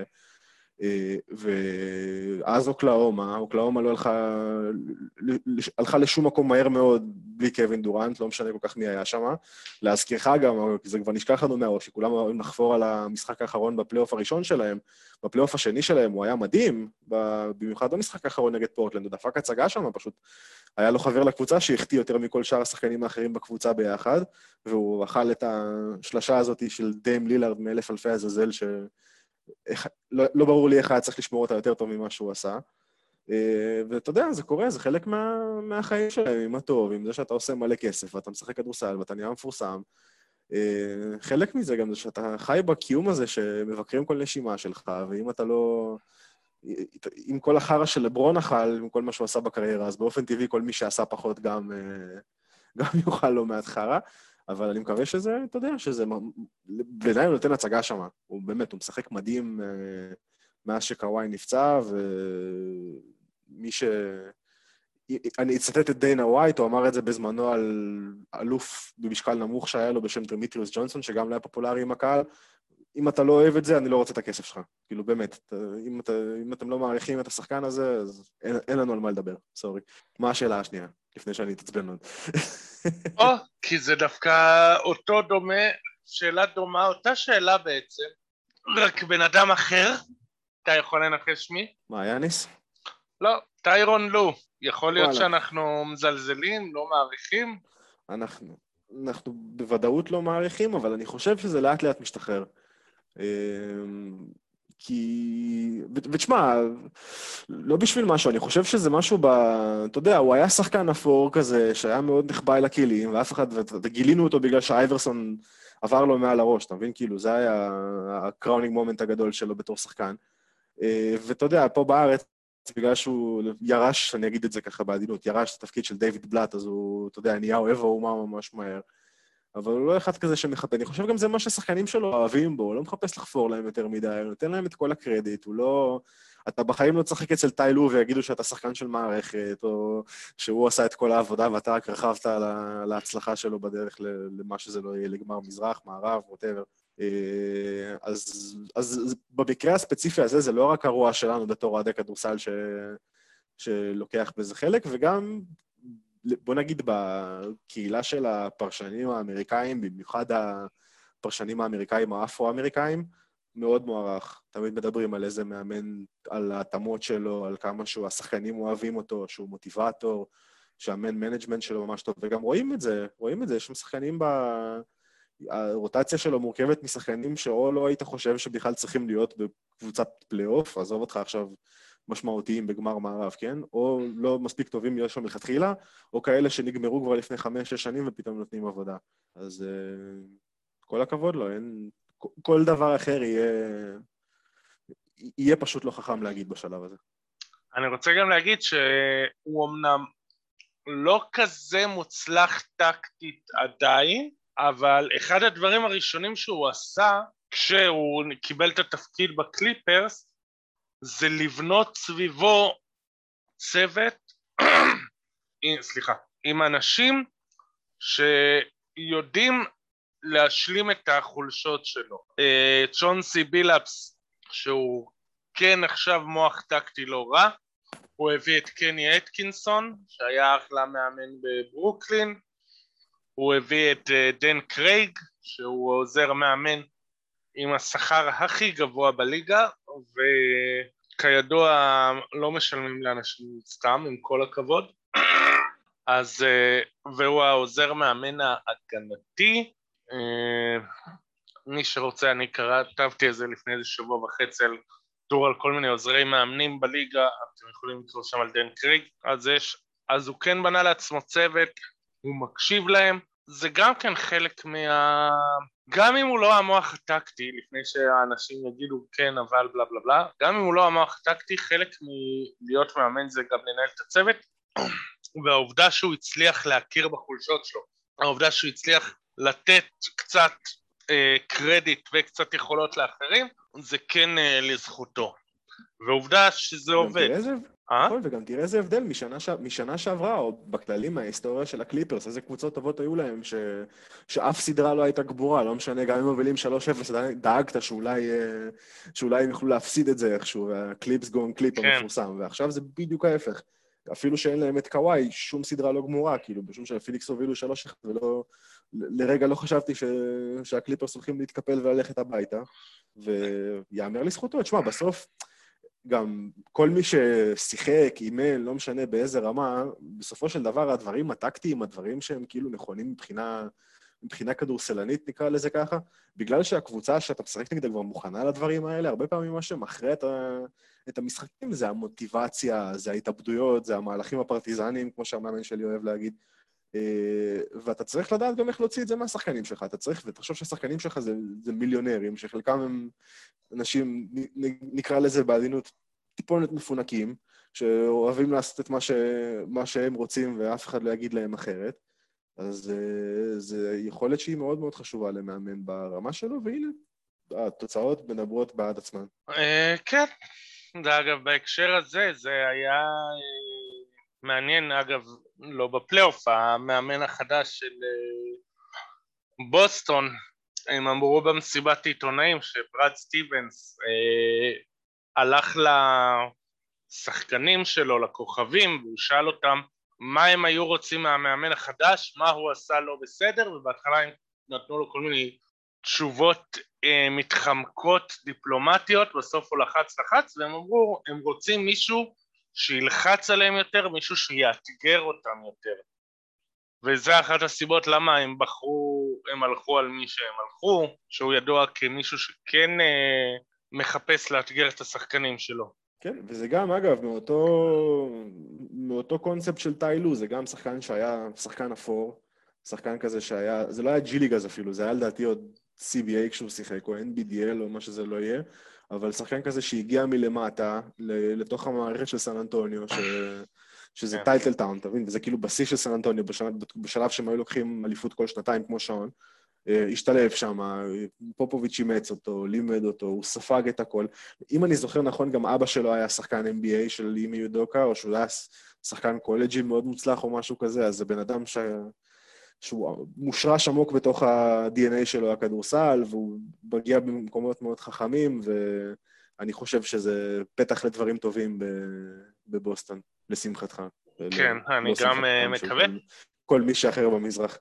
ואז אוקלאומה, אוקלאומה לא הלכה, הלכה לשום מקום מהר מאוד בלי קווין דורנט, לא משנה כל כך מי היה שם. להזכירך גם, זה כבר נשכח לנו מהראש, שכולם אוהבים לחפור על המשחק האחרון בפלייאוף הראשון שלהם, בפלייאוף השני שלהם הוא היה מדהים, במיוחד במשחק האחרון נגד פורטלנד, הוא דפק הצגה שם, פשוט היה לו חבר לקבוצה שהחטיא יותר מכל שאר השחקנים האחרים בקבוצה ביחד, והוא אכל את השלשה הזאת של דיים לילארד מאלף אלפי הזזל ש... לא, לא ברור לי איך היה צריך לשמור אותה יותר טוב ממה שהוא עשה. ואתה יודע, זה קורה, זה חלק מה, מהחיים שלהם, עם הטוב, עם זה שאתה עושה מלא כסף, ואתה משחק כדורסל, ואתה נהיה מפורסם. חלק מזה גם זה שאתה חי בקיום הזה שמבקרים כל נשימה שלך, ואם אתה לא... עם כל החרה של לברון אכל, עם כל מה שהוא עשה בקריירה, אז באופן טבעי כל מי שעשה פחות גם, גם יוכל לו מעט חרה. אבל אני מקווה שזה, אתה יודע, שזה... בעיניי הוא נותן הצגה שם. הוא באמת, הוא משחק מדהים מאז שקוואי נפצע, ומי ש... אני אצטט את דיינה ווייט, הוא אמר את זה בזמנו על אלוף במשקל נמוך שהיה לו בשם דמיטריוס ג'ונסון, שגם לא היה פופולרי עם הקהל. אם אתה לא אוהב את זה, אני לא רוצה את הכסף שלך. כאילו, באמת, אם, אתה, אם אתם לא מעריכים את השחקן הזה, אז אין, אין לנו על מה לדבר, סורי. מה השאלה השנייה, לפני שאני אתעצבן עוד? או, כי זה דווקא אותו דומה, שאלה דומה, אותה שאלה בעצם, רק בן אדם אחר, אתה יכול לנחש מי? מה, יאניס? לא, טיירון לו. יכול להיות וואלה. שאנחנו מזלזלים, לא מעריכים? אנחנו, אנחנו בוודאות לא מעריכים, אבל אני חושב שזה לאט לאט משתחרר. כי... ותשמע, לא בשביל משהו, אני חושב שזה משהו ב... אתה יודע, הוא היה שחקן אפור כזה, שהיה מאוד נחבא אל הכלים, ואף אחד... וגילינו אותו בגלל שאייברסון עבר לו מעל הראש, אתה מבין? כאילו, זה היה הקראונינג מומנט הגדול שלו בתור שחקן. ואתה יודע, פה בארץ, בגלל שהוא ירש, אני אגיד את זה ככה בעדינות, ירש את התפקיד של דיוויד בלאט, אז הוא, אתה יודע, נהיה אוהב האומה ממש מהר. אבל הוא לא אחד כזה שמחפה. אני חושב גם זה מה שהשחקנים שלו אוהבים בו, הוא לא מחפש לחפור להם יותר מדי, הוא נותן להם את כל הקרדיט, הוא לא... אתה בחיים לא תשחק אצל טיילו ויגידו שאתה שחקן של מערכת, או שהוא עשה את כל העבודה ואתה רק רחבת לה, להצלחה שלו בדרך למה שזה לא יהיה, לגמר מזרח, מערב, whatever. אז, אז במקרה הספציפי הזה זה לא רק הרוע שלנו בתור אוהדי כדורסל ש... שלוקח בזה חלק, וגם... בוא נגיד, בקהילה של הפרשנים האמריקאים, במיוחד הפרשנים האמריקאים האפרו-אמריקאים, מאוד מוערך. תמיד מדברים על איזה מאמן, על ההתאמות שלו, על כמה שהוא, השחקנים אוהבים אותו, שהוא מוטיבטור, שהמן מנג'מנט שלו ממש טוב, וגם רואים את זה, רואים את זה, יש שם שחקנים ב... הרוטציה שלו מורכבת משחקנים שאו לא היית חושב שבכלל צריכים להיות בקבוצת פלייאוף, עזוב אותך עכשיו, משמעותיים בגמר מערב, כן? או לא מספיק טובים להיות שם מלכתחילה, או כאלה שנגמרו כבר לפני חמש, שש שנים ופתאום נותנים עבודה. אז uh, כל הכבוד לו, אין... כל דבר אחר יהיה... יהיה פשוט לא חכם להגיד בשלב הזה. אני רוצה גם להגיד שהוא אמנם לא כזה מוצלח טקטית עדיין, אבל אחד הדברים הראשונים שהוא עשה, כשהוא קיבל את התפקיד בקליפרס, זה לבנות סביבו צוות, סליחה, עם אנשים שיודעים להשלים את החולשות שלו. צ'ונסי בילאפס, שהוא כן עכשיו מוח טקטי לא רע, הוא הביא את קני אטקינסון, שהיה אחלה מאמן בברוקלין, הוא הביא את דן קרייג, שהוא עוזר מאמן עם השכר הכי גבוה בליגה, וכידוע לא משלמים לאנשים סתם, עם כל הכבוד. אז, והוא העוזר מאמן ההגנתי. מי שרוצה, אני כתבתי את זה לפני איזה שבוע וחצי על טור על כל מיני עוזרי מאמנים בליגה, אתם יכולים לקרוא שם על דן קריג. אז, יש, אז הוא כן בנה לעצמו צוות, הוא מקשיב להם, זה גם כן חלק מה... גם אם הוא לא המוח הטקטי, לפני שהאנשים יגידו כן אבל בלה בלה בלה, גם אם הוא לא המוח הטקטי, חלק מלהיות מאמן זה גם לנהל את הצוות, והעובדה שהוא הצליח להכיר בחולשות שלו, העובדה שהוא הצליח לתת קצת אה, קרדיט וקצת יכולות לאחרים, זה כן אה, לזכותו. ועובדה שזה עובד. נכון, וגם תראה איזה הבדל משנה, ש... משנה שעברה, או בכללים מההיסטוריה של הקליפרס, איזה קבוצות טובות היו להם, ש... שאף סדרה לא הייתה גבורה, לא משנה, גם אם מובילים שלוש אפס, דאגת שאולי, שאולי הם יוכלו להפסיד את זה איכשהו, והקליפס גון קליפ כן. המפורסם, ועכשיו זה בדיוק ההפך. אפילו שאין להם את קוואי, שום סדרה לא גמורה, כאילו, בשום שהפיניקס הובילו שלוש אחד, ולא... לרגע לא חשבתי ש... שהקליפרס הולכים להתקפל וללכת הביתה, ויאמר לזכותו, תשמע, בסוף... גם כל מי ששיחק, אימן, לא משנה באיזה רמה, בסופו של דבר הדברים הטקטיים, הדברים שהם כאילו נכונים מבחינה, מבחינה כדורסלנית, נקרא לזה ככה, בגלל שהקבוצה שאתה משחק נגדה כבר מוכנה לדברים האלה, הרבה פעמים מה שמכריע את, את המשחקים זה המוטיבציה, זה ההתאבדויות, זה המהלכים הפרטיזניים, כמו שהמאמן שלי אוהב להגיד, ואתה צריך לדעת גם איך להוציא את זה מהשחקנים שלך, אתה צריך, ותחשוב שהשחקנים שלך זה, זה מיליונרים, שחלקם הם אנשים, נקרא לזה בעדינות, טיפונת מפונקים, שאוהבים לעשות את מה, ש, מה שהם רוצים ואף אחד לא יגיד להם אחרת, אז זה יכולת שהיא מאוד מאוד חשובה למאמן ברמה שלו, והנה, התוצאות מדברות בעד עצמן. כן, אגב, בהקשר הזה, זה היה... מעניין, אגב, לא בפלייאוף, המאמן החדש של בוסטון, הם אמרו במסיבת עיתונאים שברד סטיבנס אה, הלך לשחקנים שלו, לכוכבים, והוא שאל אותם מה הם היו רוצים מהמאמן החדש, מה הוא עשה לא בסדר, ובהתחלה הם נתנו לו כל מיני תשובות אה, מתחמקות דיפלומטיות, בסוף הוא לחץ לחץ, והם אמרו, הם רוצים מישהו שילחץ עליהם יותר, מישהו שיאתגר אותם יותר. וזה אחת הסיבות למה הם בחרו, הם הלכו על מי שהם הלכו, שהוא ידוע כמישהו שכן אה, מחפש לאתגר את השחקנים שלו. כן, וזה גם, אגב, מאותו, מאותו קונספט של טיילו, זה גם שחקן שהיה שחקן אפור, שחקן כזה שהיה, זה לא היה ג'יליגז אפילו, זה היה לדעתי עוד סי בי איי כשהוא שיחק, או אן בי די אל או מה שזה לא יהיה, אבל שחקן כזה שהגיע מלמטה לתוך המערכת של סן אנטוניו, ש... שזה טייטל טאון, תבין? וזה כאילו בשיא של סן אנטוניו, בשלב, בשלב שהם היו לוקחים אליפות כל שנתיים כמו שעון, השתלב שם, פופוביץ' אימץ אותו, לימד אותו, הוא ספג את הכל. אם אני זוכר נכון, גם אבא שלו היה שחקן אם בי איי של אימי יודוקה, או שהוא היה שחקן קולג'י מאוד מוצלח או משהו כזה, אז זה בן אדם ש... שהוא מושרש עמוק בתוך ה-די אן איי שלו, הכדורסל, והוא מגיע במקומות מאוד חכמים, ואני חושב שזה פתח לדברים טובים בבוסטון, לשמחתך. כן, אני גם מקווה. כל מי שאחר במזרח.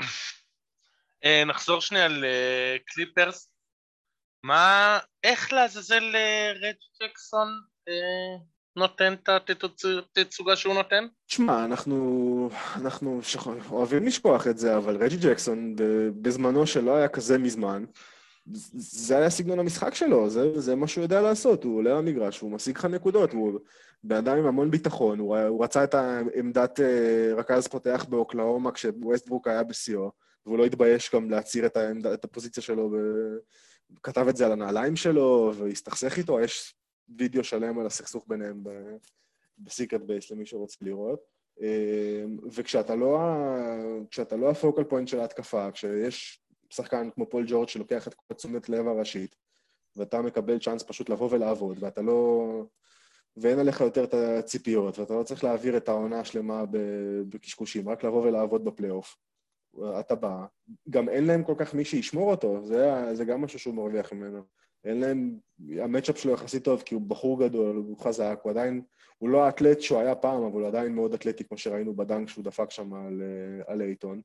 נחזור שנייה לקליפרס. מה, איך לעזאזל רג' ג'קסון נותן את התצוגה שהוא נותן? תשמע, אנחנו, אנחנו אוהבים לשכוח את זה, אבל רג'י ג'קסון בזמנו שלא היה כזה מזמן, זה היה סגנון המשחק שלו, זה, זה מה שהוא יודע לעשות, הוא עולה למגרש, הוא משיג לך נקודות, הוא באדם עם המון ביטחון, הוא, הוא רצה את העמדת רכז פותח באוקלאומה כשווסטברוק היה בסיוע, והוא לא התבייש גם להציר את, העמד, את הפוזיציה שלו, וכתב את זה על הנעליים שלו, והסתכסך איתו, יש וידאו שלם על הסכסוך ביניהם בסיקרט בייס למי שרוצה לראות, וכשאתה לא, כשאתה לא הפוקל פוינט של ההתקפה, כשיש שחקן כמו פול ג'ורג' שלוקח את כל תשומת לב הראשית, ואתה מקבל צ'אנס פשוט לבוא ולעבוד, ואתה לא... ואין עליך יותר את הציפיות, ואתה לא צריך להעביר את העונה השלמה בקשקושים, רק לבוא ולעבוד בפלייאוף. אתה בא. גם אין להם כל כך מי שישמור אותו, זה, זה גם משהו שהוא מרוויח ממנו. אין להם... המאצ'אפ שלו יחסית טוב, כי הוא בחור גדול, הוא חזק, הוא עדיין... הוא לא האתלט שהוא היה פעם, אבל הוא עדיין מאוד אתלטי, כמו שראינו בדנק שהוא דפק שם על, על העיתון.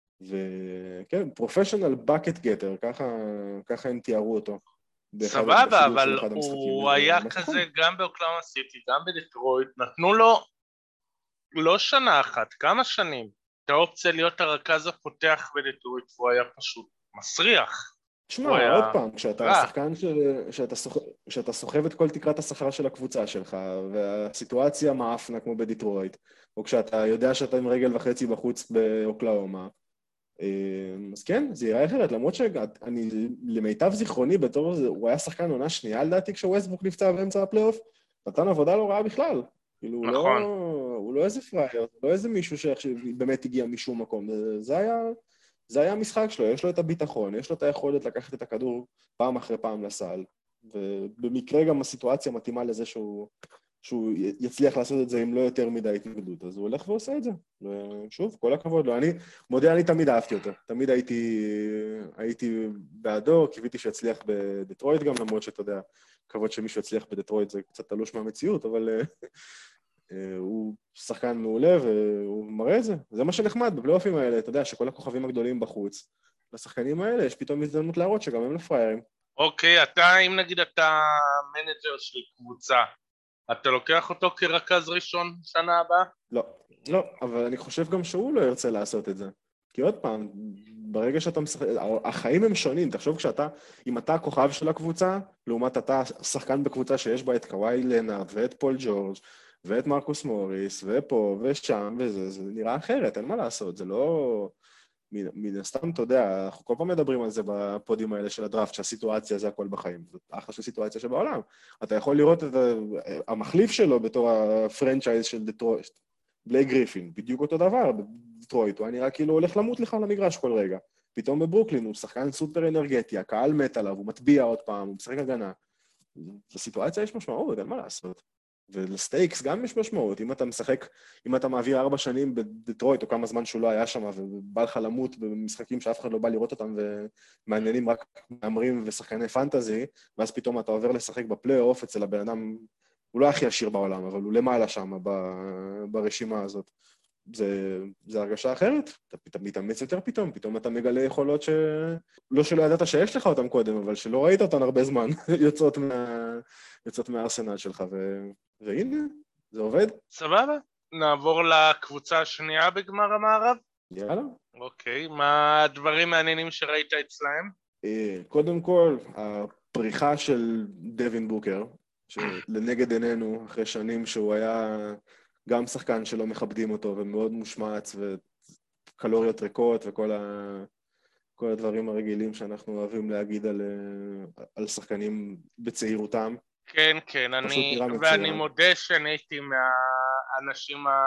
וכן, פרופשיונל בקט גטר, ככה, ככה הם תיארו אותו. סבבה, אבל הוא היה כזה גם באוקלאומה סיטי, גם בדטרויט, נתנו לו לא שנה אחת, כמה שנים, את האופציה להיות הרכז הפותח בדטרויט, והוא היה פשוט מסריח. תשמע, עוד פעם, כשאתה שחקן, כשאתה סוחב את כל תקרת השכר של הקבוצה שלך, והסיטואציה מאפנה כמו בדטרויט, או כשאתה יודע שאתה עם רגל וחצי בחוץ באוקלאומה, אז כן, זה יראה אחרת, למרות שאני, למיטב זיכרוני, בתור זה, הוא היה שחקן עונה שנייה, לדעתי, כשווסטברוק נפצע באמצע הפלייאוף, נתן עבודה לא רעה בכלל. כאילו, נכון. הוא לא איזה פרייר, לא איזה מישהו שבאמת הגיע משום מקום. זה היה, זה היה המשחק שלו, יש לו את הביטחון, יש לו את היכולת לקחת את הכדור פעם אחרי פעם לסל, ובמקרה גם הסיטואציה מתאימה לזה שהוא, שהוא יצליח לעשות את זה עם לא יותר מדי התנגדות, אז הוא הולך ועושה את זה. ושוב, כל הכבוד לו. אני מודה, אני תמיד אהבתי אותו. תמיד הייתי, הייתי בעדו, קיוויתי שיצליח בדטרויט גם, למרות שאתה יודע, כבוד שמישהו יצליח בדטרויט זה קצת תלוש מהמציאות, אבל הוא שחקן מעולה והוא מראה את זה. זה מה שנחמד בפלייאופים האלה, אתה יודע, שכל הכוכבים הגדולים בחוץ. לשחקנים האלה יש פתאום הזדמנות להראות שגם הם לא פריירים. אוקיי, אתה, אם נגיד אתה מנג'ר של קבוצה, אתה לוקח אותו כרכז ראשון שנה הבאה? לא, לא, אבל אני חושב גם שהוא לא ירצה לעשות את זה. כי עוד פעם, ברגע שאתה משחק, החיים הם שונים, תחשוב כשאתה, אם אתה הכוכב של הקבוצה, לעומת אתה שחקן בקבוצה שיש בה את קוואי לנארד ואת פול ג'ורג' ואת מרקוס מוריס, ופה ושם, וזה, זה נראה אחרת, אין מה לעשות, זה לא... מן הסתם, אתה יודע, אנחנו כל פעם מדברים על זה בפודים האלה של הדראפט, שהסיטואציה זה הכל בחיים. זאת אחלה של סיטואציה שבעולם. אתה יכול לראות את המחליף שלו בתור הפרנצ'ייז של דטרויט, בלייק גריפין, בדיוק אותו דבר בדטרויט, הוא נראה כאילו הולך למות לך על המגרש כל רגע. פתאום בברוקלין הוא שחקן סופר אנרגטי, הקהל מת עליו, הוא מטביע עוד פעם, הוא משחק הגנה. לסיטואציה יש משמעות, אין מה לעשות. ולסטייקס גם יש משמעות, אם אתה משחק, אם אתה מעביר ארבע שנים בדטרויט, או כמה זמן שהוא לא היה שם, ובא לך למות במשחקים שאף אחד לא בא לראות אותם, ומעניינים רק מאמרים ושחקני פנטזי, ואז פתאום אתה עובר לשחק בפלייאוף אצל הבן אדם, הוא לא הכי עשיר בעולם, אבל הוא למעלה שם, ברשימה הזאת. זה, זה הרגשה אחרת, אתה, אתה מתאמץ יותר פתאום, פתאום אתה מגלה יכולות שלא שלא ידעת שיש לך אותם קודם, אבל שלא ראית אותן הרבה זמן, יוצאות, מה, יוצאות מהארסנל שלך, ו, והנה, זה עובד. סבבה, נעבור לקבוצה השנייה בגמר המערב. יאללה. אוקיי, מה הדברים מעניינים שראית אצלהם? קודם כל, הפריחה של דווין בוקר, שלנגד עינינו, אחרי שנים שהוא היה... גם שחקן שלא מכבדים אותו, ומאוד מושמץ, וקלוריות ריקות, וכל ה... כל הדברים הרגילים שאנחנו אוהבים להגיד על, על שחקנים בצעירותם. כן, כן, אני... ואני מודה שאני הייתי מהאנשים, ה...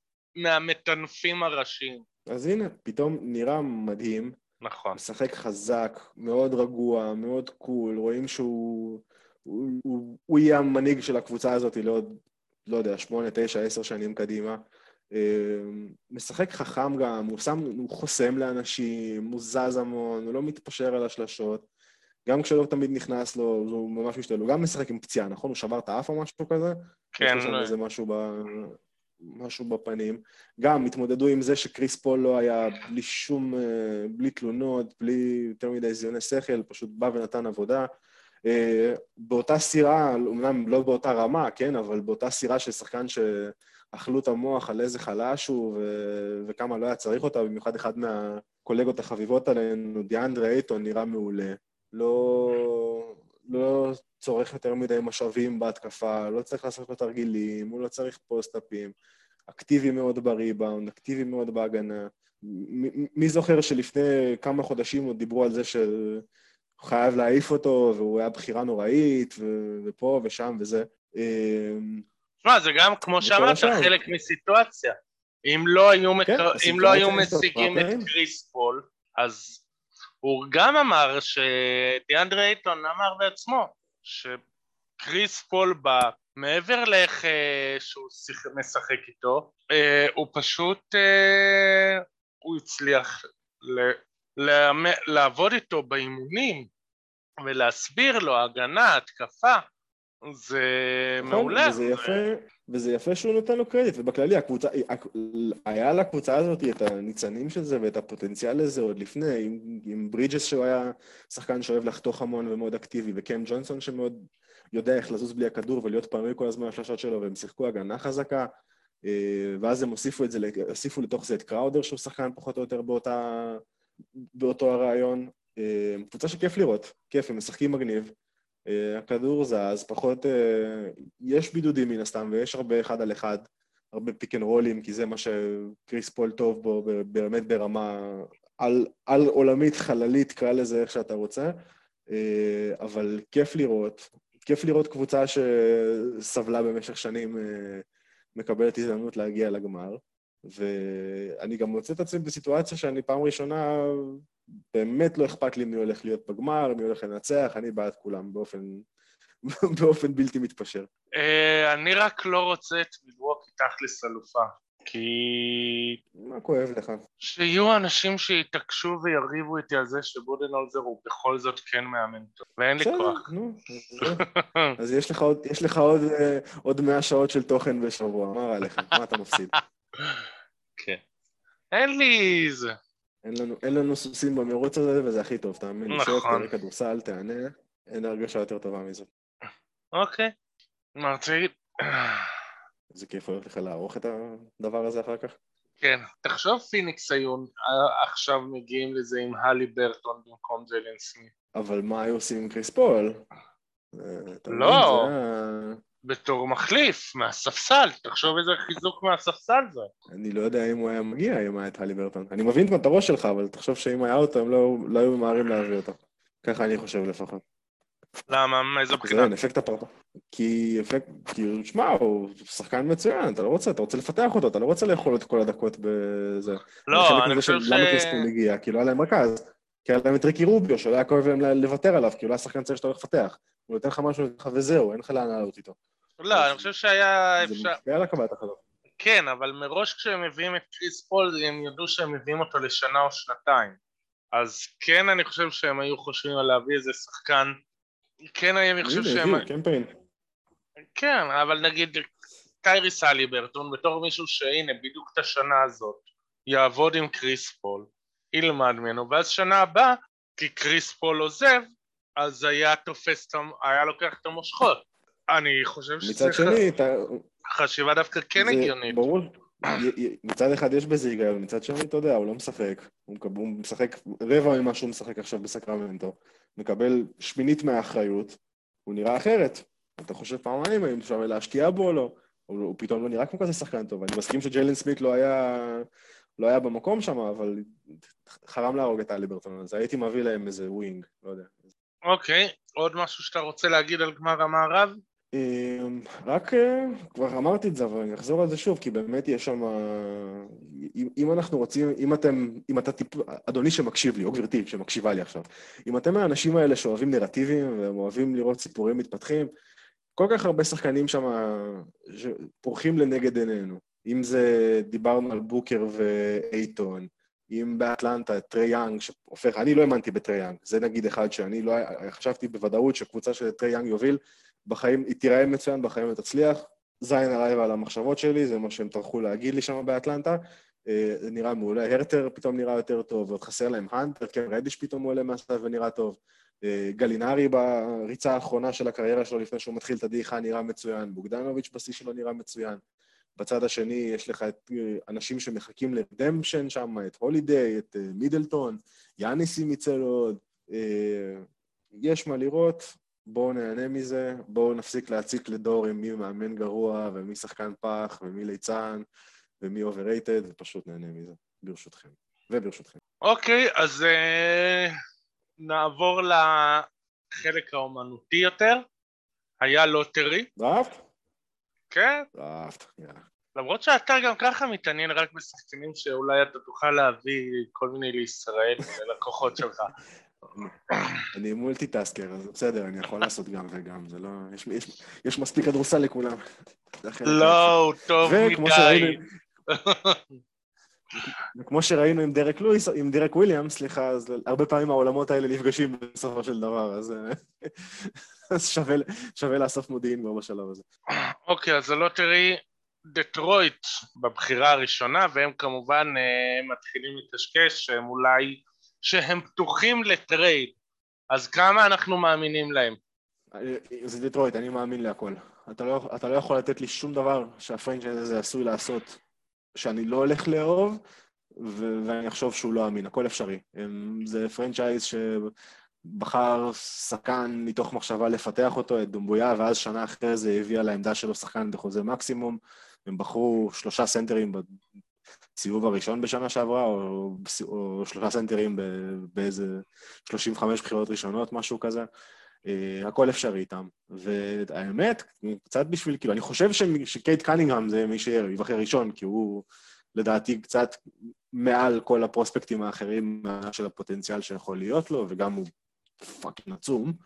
מהמטנפים הראשיים. אז הנה, פתאום נראה מדהים. נכון. משחק חזק, מאוד רגוע, מאוד קול, רואים שהוא... הוא, הוא, הוא יהיה המנהיג של הקבוצה הזאת לעוד... לא יודע, שמונה, תשע, עשר שנים קדימה. משחק חכם גם, הוא, שם, הוא חוסם לאנשים, הוא זז המון, הוא לא מתפשר על השלשות. גם כשלא תמיד נכנס לו, הוא ממש משתדל. הוא גם משחק עם פציעה, נכון? הוא שבר את האף או משהו כזה? כן. יש לו שם איזה משהו, ב... משהו בפנים. גם התמודדו עם זה שקריס פול לא היה בלי שום, בלי תלונות, בלי יותר מדי זיוני שכל, פשוט בא ונתן עבודה. באותה סירה, אומנם לא באותה רמה, כן, אבל באותה סירה של שחקן שאכלו את המוח על איזה חלש הוא ו- וכמה לא היה צריך אותה, במיוחד אחד מהקולגות החביבות עלינו, דיאנדרה אייטון, נראה מעולה. לא, לא צורך יותר מדי משאבים בהתקפה, לא צריך לעשות לו תרגילים, הוא לא צריך פוסט-אפים, אקטיבי מאוד בריבאונד, אקטיבי מאוד בהגנה. מי זוכר שלפני כמה חודשים עוד דיברו על זה של... חייב להעיף אותו, והוא היה בחירה נוראית, ו- ופה ושם וזה. תשמע, זה גם, כמו שאמרת, חלק מסיטואציה. אם לא היו, כן, מקר... אם לא היו משיגים את קריס פול, אז הוא גם אמר שדיאנדרה אייטון אמר בעצמו, שקריס פול בא, מעבר לאיך שהוא משחק איתו, הוא פשוט, הוא הצליח ל... לעבוד איתו באימונים ולהסביר לו הגנה, התקפה, זה מעולה. וזה יפה, וזה יפה שהוא נותן לו קרדיט, ובכללי הקבוצה, היה לקבוצה הזאת את הניצנים של זה ואת הפוטנציאל לזה עוד לפני, עם, עם ברידג'ס שהוא היה שחקן שאוהב לחתוך המון ומאוד אקטיבי, וקם ג'ונסון שמאוד יודע איך לזוז בלי הכדור ולהיות פעמי כל הזמן השלשות שלו, והם שיחקו הגנה חזקה, ואז הם הוסיפו את זה, הוסיפו לתוך זה את קראודר שהוא שחקן פחות או יותר באותה... באותו הרעיון, קבוצה שכיף לראות, כיף, הם משחקים מגניב, הכדור זז, פחות, יש בידודים מן הסתם, ויש הרבה אחד על אחד, הרבה פיק אנד רולים, כי זה מה שקריס פול טוב בו, באמת ברמה על, על עולמית, חללית, קרא לזה איך שאתה רוצה, אבל כיף לראות, כיף לראות קבוצה שסבלה במשך שנים, מקבלת הזדמנות להגיע לגמר, ואני גם מוצא את עצמי בסיטואציה שאני פעם ראשונה, באמת לא אכפת לי מי הולך להיות בגמר, מי הולך לנצח, אני בעד כולם באופן באופן בלתי מתפשר. אני רק לא רוצה את מילווקי תכלס אלופה, כי... מה כואב לך? שיהיו אנשים שיתעקשו ויריבו איתי על זה שבודנהולזר הוא בכל זאת כן מאמן טוב, ואין לי כוח. נו, אז יש לך עוד, יש לך עוד, עוד מאה שעות של תוכן בשבוע, מה רע לך? מה אתה מפסיד? כן. אין לי זה. אין לנו, אין לנו סוסים במרוץ הזה, וזה הכי טוב, תאמין לי. שב, נכון. תראה כדורסל, תענה, אין הרגשה יותר טובה מזה. אוקיי. מה רוצה להגיד? זה כיף הולך לך לערוך את הדבר הזה אחר כך? כן, תחשוב פיניקס היו עכשיו מגיעים לזה עם הלי ברטון במקום ג'יילן סמית. אבל מה היו עושים עם קריס פול? לא, בתור מחליף, מהספסל, תחשוב איזה חיזוק מהספסל זה. אני לא יודע אם הוא היה מגיע, אם היה את הלי ברטון. אני מבין את הראש שלך, אבל תחשוב שאם היה אותו, הם לא היו ממהרים להביא אותו. ככה אני חושב לפחות. למה? מאיזו בחינה? זה אפקט הפרטה. כי אפקט, כי שמע, הוא שחקן מצוין, אתה לא רוצה, אתה רוצה לפתח אותו, אתה לא רוצה לאכול את כל הדקות בזה. לא, אני חושב ש... למה קריס פול הגיע? כי לא היה להם רכז. כי היה להם את ריקי רוביו, שלא היה כואב להם לוותר עליו, כי הוא לא היה שחקן צריך שאתה הולך לפתח. הוא נותן לך משהו וזהו, אין לך לאן לעלות איתו. לא, אני חושב שהיה אפשר... זה משפיע על הקבלת החלטות. כן, אבל מראש כשהם מביאים את קריס פול, הם ידעו שהם מביאים אותו לשנה או שנתיים. אז כן, אני חושב שהם היו חושבים על להביא איזה שחקן. כן, אני חושב שהם... הנה, קמפיין. כן, אבל נגיד, טייריס הליברטון, בתור מישהו שהנה, בדיוק את השנה הזאת, יעבוד עם קריס פול, ילמד ממנו, ואז שנה הבאה, כי קריס פול עוזב, אז היה תופס, היה לוקח את המושכות. אני חושב שזה... מצד שני, חשיבה דווקא כן הגיונית. ברור, מצד אחד יש בזה היגיון, מצד שני, אתה יודע, הוא לא משחק. הוא משחק רבע ממה שהוא משחק עכשיו בסקרמנטו. מקבל שמינית מהאחריות, הוא נראה אחרת. אתה חושב פעמיים האם אפשר להשקיע בו או לא? הוא פתאום לא נראה כמו כזה שחקן טוב. אני מסכים שג'יילן סמית לא היה... לא היה במקום שם, אבל חרם להרוג את הלי ברטון, אז הייתי מביא להם איזה ווינג, לא יודע. אוקיי, עוד משהו שאתה רוצה להגיד על גמר המערב? רק, כבר אמרתי את זה, אבל אני אחזור על זה שוב, כי באמת יש שם, אם אנחנו רוצים, אם אתם, אם אתה טיפ, אדוני שמקשיב לי, או גברתי שמקשיבה לי עכשיו, אם אתם האנשים האלה שאוהבים נרטיבים, והם אוהבים לראות סיפורים מתפתחים, כל כך הרבה שחקנים שם שפורחים לנגד עינינו. אם זה, דיברנו על בוקר ואייטון, אם באטלנטה, טרי יאנג, שהופך, אני לא האמנתי בטרי יאנג, זה נגיד אחד שאני לא, חשבתי בוודאות שקבוצה של טרי יאנג יוביל, בחיים, היא תיראה מצוין, בחיים היא תצליח, זין עליי ועל המחשבות שלי, זה מה שהם טרחו להגיד לי שם באטלנטה, זה נראה מעולה, הרטר פתאום נראה יותר טוב, ועוד חסר להם הנטר, כן, רדיש פתאום עולה מהסתיו ונראה טוב, גלינרי בריצה האחרונה של הקריירה שלו לפני שהוא מתחיל את הדעיכה נראה מצוין, בוגדנוביץ' בשיא שלו נראה מצוין, בצד השני יש לך את אנשים שמחכים לדמפשן שם, את הולידיי, את מידלטון, יאניסים יצא לו עוד, יש מה לראות, בואו נהנה מזה, בואו נפסיק להציק לדור עם מי מאמן גרוע, ומי שחקן פח, ומי ליצן, ומי אוברייטד, ופשוט נהנה מזה, ברשותכם, וברשותכם. אוקיי, אז uh, נעבור לחלק האומנותי יותר, היה לוטרי. דראפט? כן. דראפט, יאללה. למרות שאתה גם ככה מתעניין רק בשחקנים שאולי אתה תוכל להביא כל מיני לישראל, ללקוחות שלך. אני מולטיטאסקר, אז בסדר, אני יכול לעשות גם וגם, זה לא... יש מספיק כדורסל לכולם. לא, הוא טוב מדי. וכמו שראינו עם דרק לואיס, עם דרק וויליאמס, סליחה, אז הרבה פעמים העולמות האלה נפגשים בסופו של דבר, אז שווה לאסוף מודיעין כבר בשלב הזה. אוקיי, אז לא תראי דטרויט בבחירה הראשונה, והם כמובן מתחילים להתקשקש שהם אולי... שהם פתוחים לטרייד, אז כמה אנחנו מאמינים להם? זה דטרויט, אני מאמין להכל. אתה לא, אתה לא יכול לתת לי שום דבר שהפרנצ'ייז הזה עשוי לעשות, שאני לא הולך לאהוב, ו- ואני אחשוב שהוא לא אמין, הכל אפשרי. זה פרנצ'ייז שבחר שחקן מתוך מחשבה לפתח אותו, את דומבויה, ואז שנה אחרי זה הביאה לעמדה שלו שחקן בחוזה מקסימום, הם בחרו שלושה סנטרים סיבוב הראשון בשנה שעברה, או, או שלושה סנטרים באיזה שלושים וחמש בחירות ראשונות, משהו כזה. Uh, הכל אפשרי איתם. והאמת, קצת בשביל, כאילו, אני חושב ש, שקייט קנינגהם זה מי שיבחר ראשון, כי הוא לדעתי קצת מעל כל הפרוספקטים האחרים של הפוטנציאל שיכול להיות לו, וגם הוא פאקינג עצום.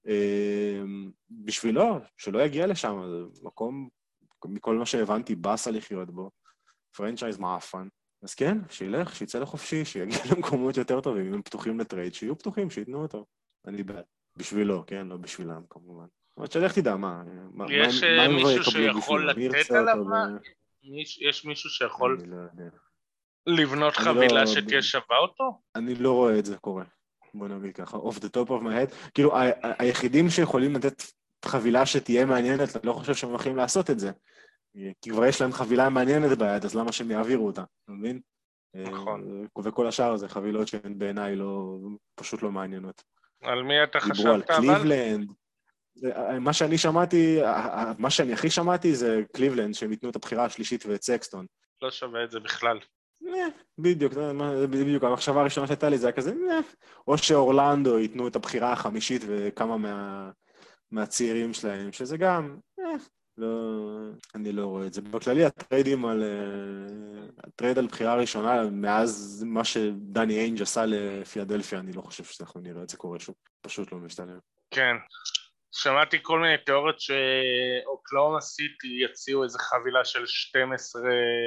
בשבילו, שלא יגיע לשם, זה מקום, מכל מה שהבנתי, בסה לחיות בו, פרנצ'ייז מאפן. אז כן, שילך, שיצא לחופשי, שיגיע למקומות יותר טובים, אם הם פתוחים לטרייד, שיהיו פתוחים, שיתנו אותו. אני בעד. בשבילו, כן, לא בשבילם, כמובן. אבל שלך תדע, מה, מה, יש מה הם כבר מישהו יקבלו שיכול בשבילו? מי לתת ירצה עליו אותו ב... מה? יש מישהו שיכול אני לא יודע. לבנות אני חבילה לא... שתהיה שווה אותו? אני לא רואה את זה קורה. בוא נגיד ככה, off the top of my head. כאילו, ה- ה- היחידים שיכולים לתת חבילה שתהיה מעניינת, אני לא חושב שהם הולכים לעשות את זה. כי כבר יש להם חבילה מעניינת ביד, אז למה שהם יעבירו אותה, אתה מבין? נכון. וכל השאר זה חבילות שהן בעיניי לא, פשוט לא מעניינות. על מי אתה דיברו על חשבת אבל? קליבלנד. מה שאני שמעתי, מה שאני הכי שמעתי זה קליבלנד, שהם ייתנו את הבחירה השלישית ואת סקסטון. לא שווה את זה בכלל. בדיוק, בדיוק, המחשבה הראשונה שהייתה לי זה היה כזה, או שאורלנדו ייתנו את הבחירה החמישית וכמה מה, מהצעירים שלהם, שזה גם, לא, אני לא רואה את זה. בכללי הטריידים על, הטרייד על בחירה ראשונה, מאז מה שדני איינג' עשה לפיאדלפיה, אני לא חושב שאנחנו נראה את זה קורה שוב, פשוט לא משתלם. כן. שמעתי כל מיני תיאוריות שאוקלאומה סיטי יציעו איזה חבילה של שתים עשרה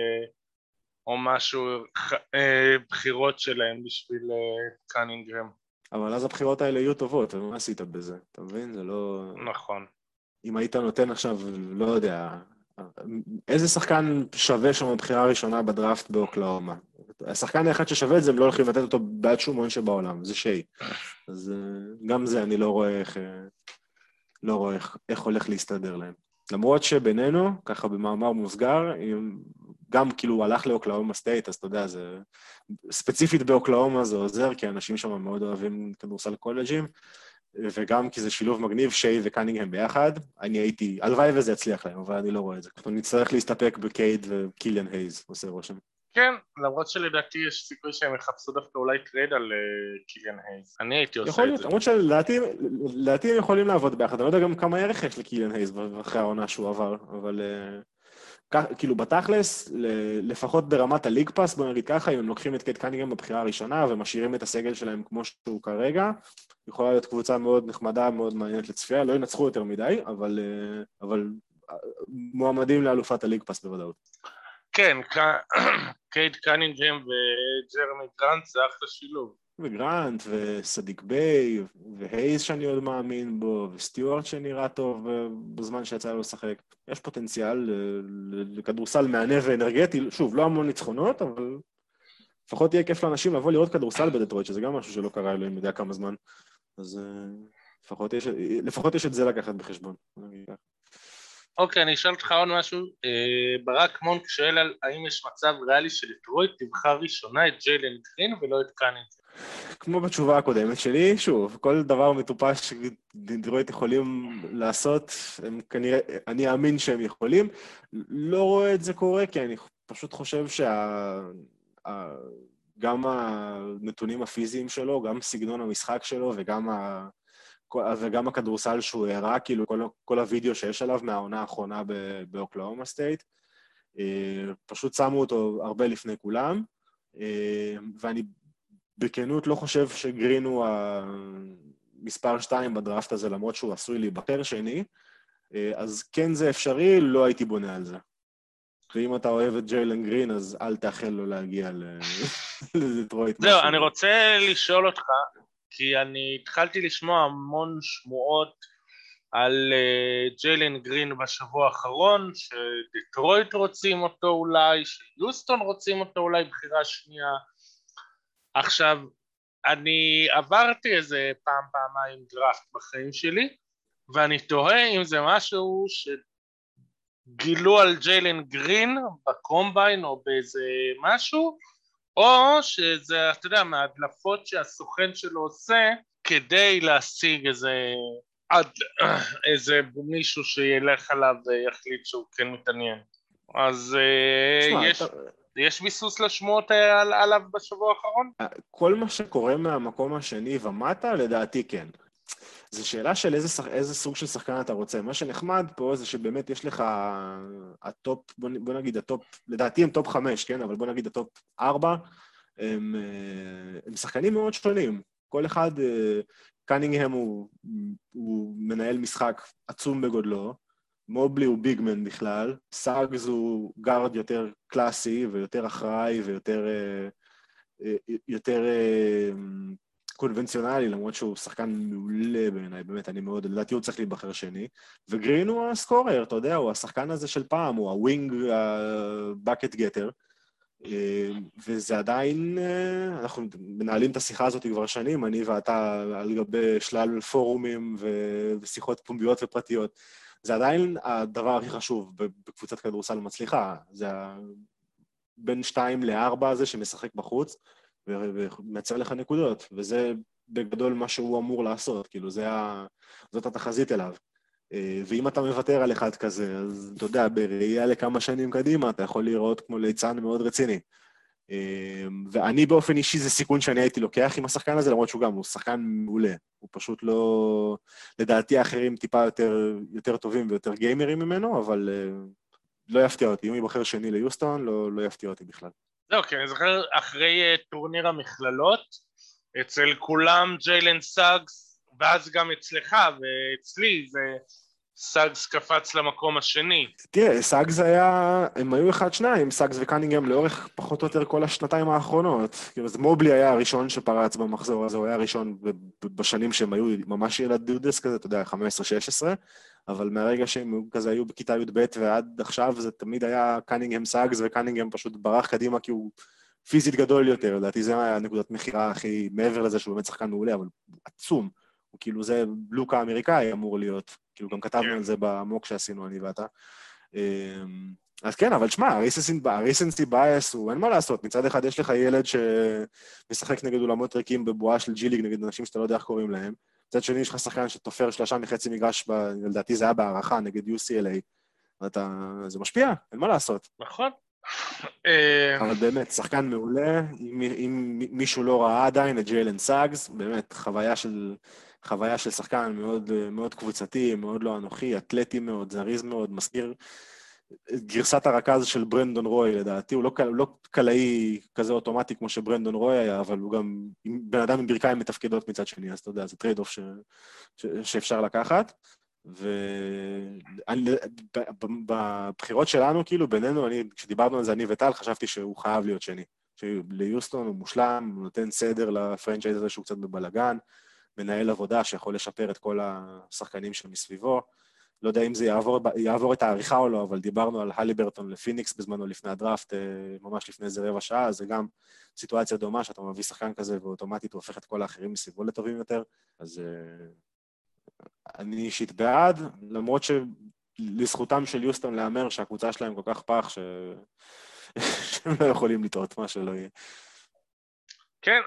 או משהו, בחירות שלהם בשביל קנינגרם. אבל אז הבחירות האלה יהיו טובות, ומה עשית בזה? אתה מבין? זה לא... נכון. אם היית נותן עכשיו, לא יודע, איזה שחקן שווה שם בבחירה הראשונה בדראפט באוקלאומה? השחקן האחד ששווה את זה, הם לא הולכים לתת אותו בעד שום הון שבעולם, זה שי. אז גם זה אני לא רואה איך, לא רואה איך, איך הולך להסתדר להם. למרות שבינינו, ככה במאמר מוסגר, גם כאילו הלך לאוקלאומה סטייט, אז אתה יודע, זה... ספציפית באוקלאומה זה עוזר, כי אנשים שם מאוד אוהבים כדורסל קולג'ים, וגם כי זה שילוב מגניב, שי וקנינגהם ביחד. אני הייתי, הלוואי וזה יצליח להם, אבל אני לא רואה את זה. אנחנו נצטרך להסתפק בקייד וקיליאן הייז, עושה רושם. כן, למרות שלדעתי יש סיכוי שהם יחפשו דווקא אולי טרייד על קיליאן הייז. אני הייתי עושה את זה. למרות שלדעתי הם יכולים לעבוד ביחד. אני לא יודע גם כמה ערך יש לקיליאן הייז אחרי העונה שהוא עבר, אבל כאילו בתכלס, לפחות ברמת הליג פאס, בוא נגיד ככה, אם הם לוקחים את קייד קנינגהם בבחירה הראשונה ומשאירים את הסגל שלהם כמו שהוא כרגע, יכולה להיות קבוצה מאוד נחמדה, מאוד מעניינת לצפייה, לא ינצחו יותר מדי, אבל, אבל מועמדים לאלופת הליג פאס בוודאות. כן, קייד קנינגהם וג'רמי גרנט זה אחלה שילוב. וגרנט וסדיק ביי והייז שאני עוד מאמין בו וסטיוארט שנראה טוב בזמן שיצא לו לשחק. יש פוטנציאל לכדורסל מענה ואנרגטי, שוב, לא המון ניצחונות, אבל לפחות יהיה כיף לאנשים לבוא לראות כדורסל בדטרויט, שזה גם משהו שלא קרה אלוהים יודע כמה זמן. אז לפחות יש, לפחות יש את זה לקחת בחשבון. אוקיי, אני אשאל אותך עוד משהו. ברק מונק שואל על האם יש מצב ריאלי שדטרויט תבחר ראשונה את ג'יילן גרין ולא את קנינגהם. כמו בתשובה הקודמת שלי, שוב, כל דבר מטופש שדטרויט יכולים לעשות, הם כנראה, אני אאמין שהם יכולים. לא רואה את זה קורה, כי אני פשוט חושב שגם הנתונים הפיזיים שלו, גם סגנון המשחק שלו וגם ה... וגם הכדורסל שהוא הראה, כאילו כל, כל הוידאו שיש עליו מהעונה האחרונה באוקלאומה סטייט, פשוט שמו אותו הרבה לפני כולם, ואני בכנות לא חושב שגרין הוא המספר שתיים בדראפט הזה, למרות שהוא עשוי להיבחר שני, אז כן זה אפשרי, לא הייתי בונה על זה. ואם אתה אוהב את ג'יילן גרין, אז אל תאחל לו להגיע לדטרויט. זהו, אני רוצה לשאול אותך, כי אני התחלתי לשמוע המון שמועות על uh, ג'יילן גרין בשבוע האחרון, שדטרויט רוצים אותו אולי, שיוסטון רוצים אותו אולי בחירה שנייה. עכשיו, אני עברתי איזה פעם פעמיים דראפט בחיים שלי, ואני תוהה אם זה משהו שגילו על ג'יילן גרין בקומביין או באיזה משהו, או שזה, אתה יודע, מהדלפות שהסוכן שלו עושה כדי להשיג איזה, עד, איזה מישהו שילך עליו ויחליט שהוא כן מתעניין. אז שמה, יש, אתה... יש ביסוס לשמועות על, עליו בשבוע האחרון? כל מה שקורה מהמקום השני ומטה, לדעתי כן. זו שאלה של איזה, איזה סוג של שחקן אתה רוצה. מה שנחמד פה זה שבאמת יש לך הטופ, בוא, בוא נגיד הטופ, לדעתי הם טופ חמש, כן? אבל בוא נגיד הטופ ארבע, הם, הם שחקנים מאוד שונים. כל אחד, קנינגהם הוא, הוא מנהל משחק עצום בגודלו, מובלי הוא ביגמן בכלל, סאגס הוא גארד יותר קלאסי ויותר אחראי ויותר יותר קונבנציונלי, למרות שהוא שחקן מעולה בעיניי, באמת, אני מאוד, לדעתי הוא צריך להיבחר שני, וגרין הוא הסקורר, אתה יודע, הוא השחקן הזה של פעם, הוא הווינג, הבקט גטר, וזה עדיין, אנחנו מנהלים את השיחה הזאת כבר שנים, אני ואתה על גבי שלל פורומים ושיחות פומביות ופרטיות, זה עדיין הדבר הכי חשוב בקבוצת כדורסל מצליחה, זה בין שתיים לארבע הזה שמשחק בחוץ, ומייצר לך נקודות, וזה בגדול מה שהוא אמור לעשות, כאילו זה ה... זאת התחזית אליו. ואם אתה מוותר על אחד כזה, אז אתה יודע, בראייה לכמה שנים קדימה, אתה יכול לראות כמו ליצן מאוד רציני. ואני באופן אישי זה סיכון שאני הייתי לוקח עם השחקן הזה, למרות שהוא גם, הוא שחקן מעולה. הוא פשוט לא... לדעתי האחרים טיפה יותר, יותר טובים ויותר גיימרים ממנו, אבל לא יפתיע אותי. אם הוא יבחר שני ליוסטון, לא, לא יפתיע אותי בכלל. לא, כי אני זוכר אחרי טורניר המכללות, אצל כולם ג'יילן סאגס, ואז גם אצלך ואצלי, זה סאגס קפץ למקום השני. תראה, סאגס היה, הם היו אחד שניים, סאגס וקנינגהם לאורך פחות או יותר כל השנתיים האחרונות. כאילו, אז מובלי היה הראשון שפרץ במחזור הזה, הוא היה הראשון בשנים שהם היו ממש ילדודס כזה, אתה יודע, חמש עשרה שש עשרה, אבל מהרגע שהם כזה היו בכיתה י' ב' ועד עכשיו זה תמיד היה קנינגהם סאגס, וקנינגהם פשוט ברח קדימה כי הוא פיזית גדול יותר, לדעתי זה היה נקודת מחירה הכי מעבר לזה שהוא באמת שחקן מעולה, אבל הוא עצום, הוא כאילו זה לוק האמריקאי אמור להיות, כאילו גם כתבנו על זה במוק שעשינו אני ואתה. אז כן, אבל שמע, הריסנסי בייס הוא, אין מה לעשות, מצד אחד יש לך ילד שמשחק נגד אולמות ריקים בבועה של ג'י ליג, נגד אנשים שאתה לא יודע איך קוראים להם, מצד שני יש לך שחקן שתופר שלושה מחצי מגרש, לדעתי זה היה בהערכה נגד יו סי אל איי, זה משפיע, אין מה לעשות. נכון. אבל באמת, שחקן מעולה, אם מישהו לא ראה עדיין את ג'יילן סאגס, באמת חוויה של, חוויה של שחקן מאוד, מאוד קבוצתי, מאוד לא אנוכי, אתלטי מאוד, זריז מאוד, מזכיר גרסת הרכז של ברנדון רוי, לדעתי, הוא לא, לא קלעי כזה אוטומטי כמו שברנדון רוי היה, אבל הוא גם בן אדם עם ברכיים מתפקדות מצד שני, אז אתה יודע, זה טרייד אוף ש, ש, שאפשר לקחת. ובבחירות שלנו, כאילו, בינינו, אני, כשדיברנו על זה, אני וטל, חשבתי שהוא חייב להיות שני. שליוסטון הוא מושלם, הוא נותן סדר לפרנצ'ייז הזה שהוא קצת בבלגן, מנהל עבודה שיכול לשפר את כל השחקנים שמסביבו. לא יודע אם זה יעבור, יעבור את העריכה או לא, אבל דיברנו על הליברטון לפיניקס בזמנו לפני הדראפט, ממש לפני איזה רבע שעה, זה גם סיטואציה דומה, שאתה מביא שחקן כזה ואוטומטית הוא הופך את כל האחרים מסביבו לטובים יותר, אז אני אישית בעד, למרות שלזכותם של יוסטון לאמר שהקבוצה שלהם כל כך פח, ש... שהם לא יכולים לטעות, מה שלא יהיה. כן,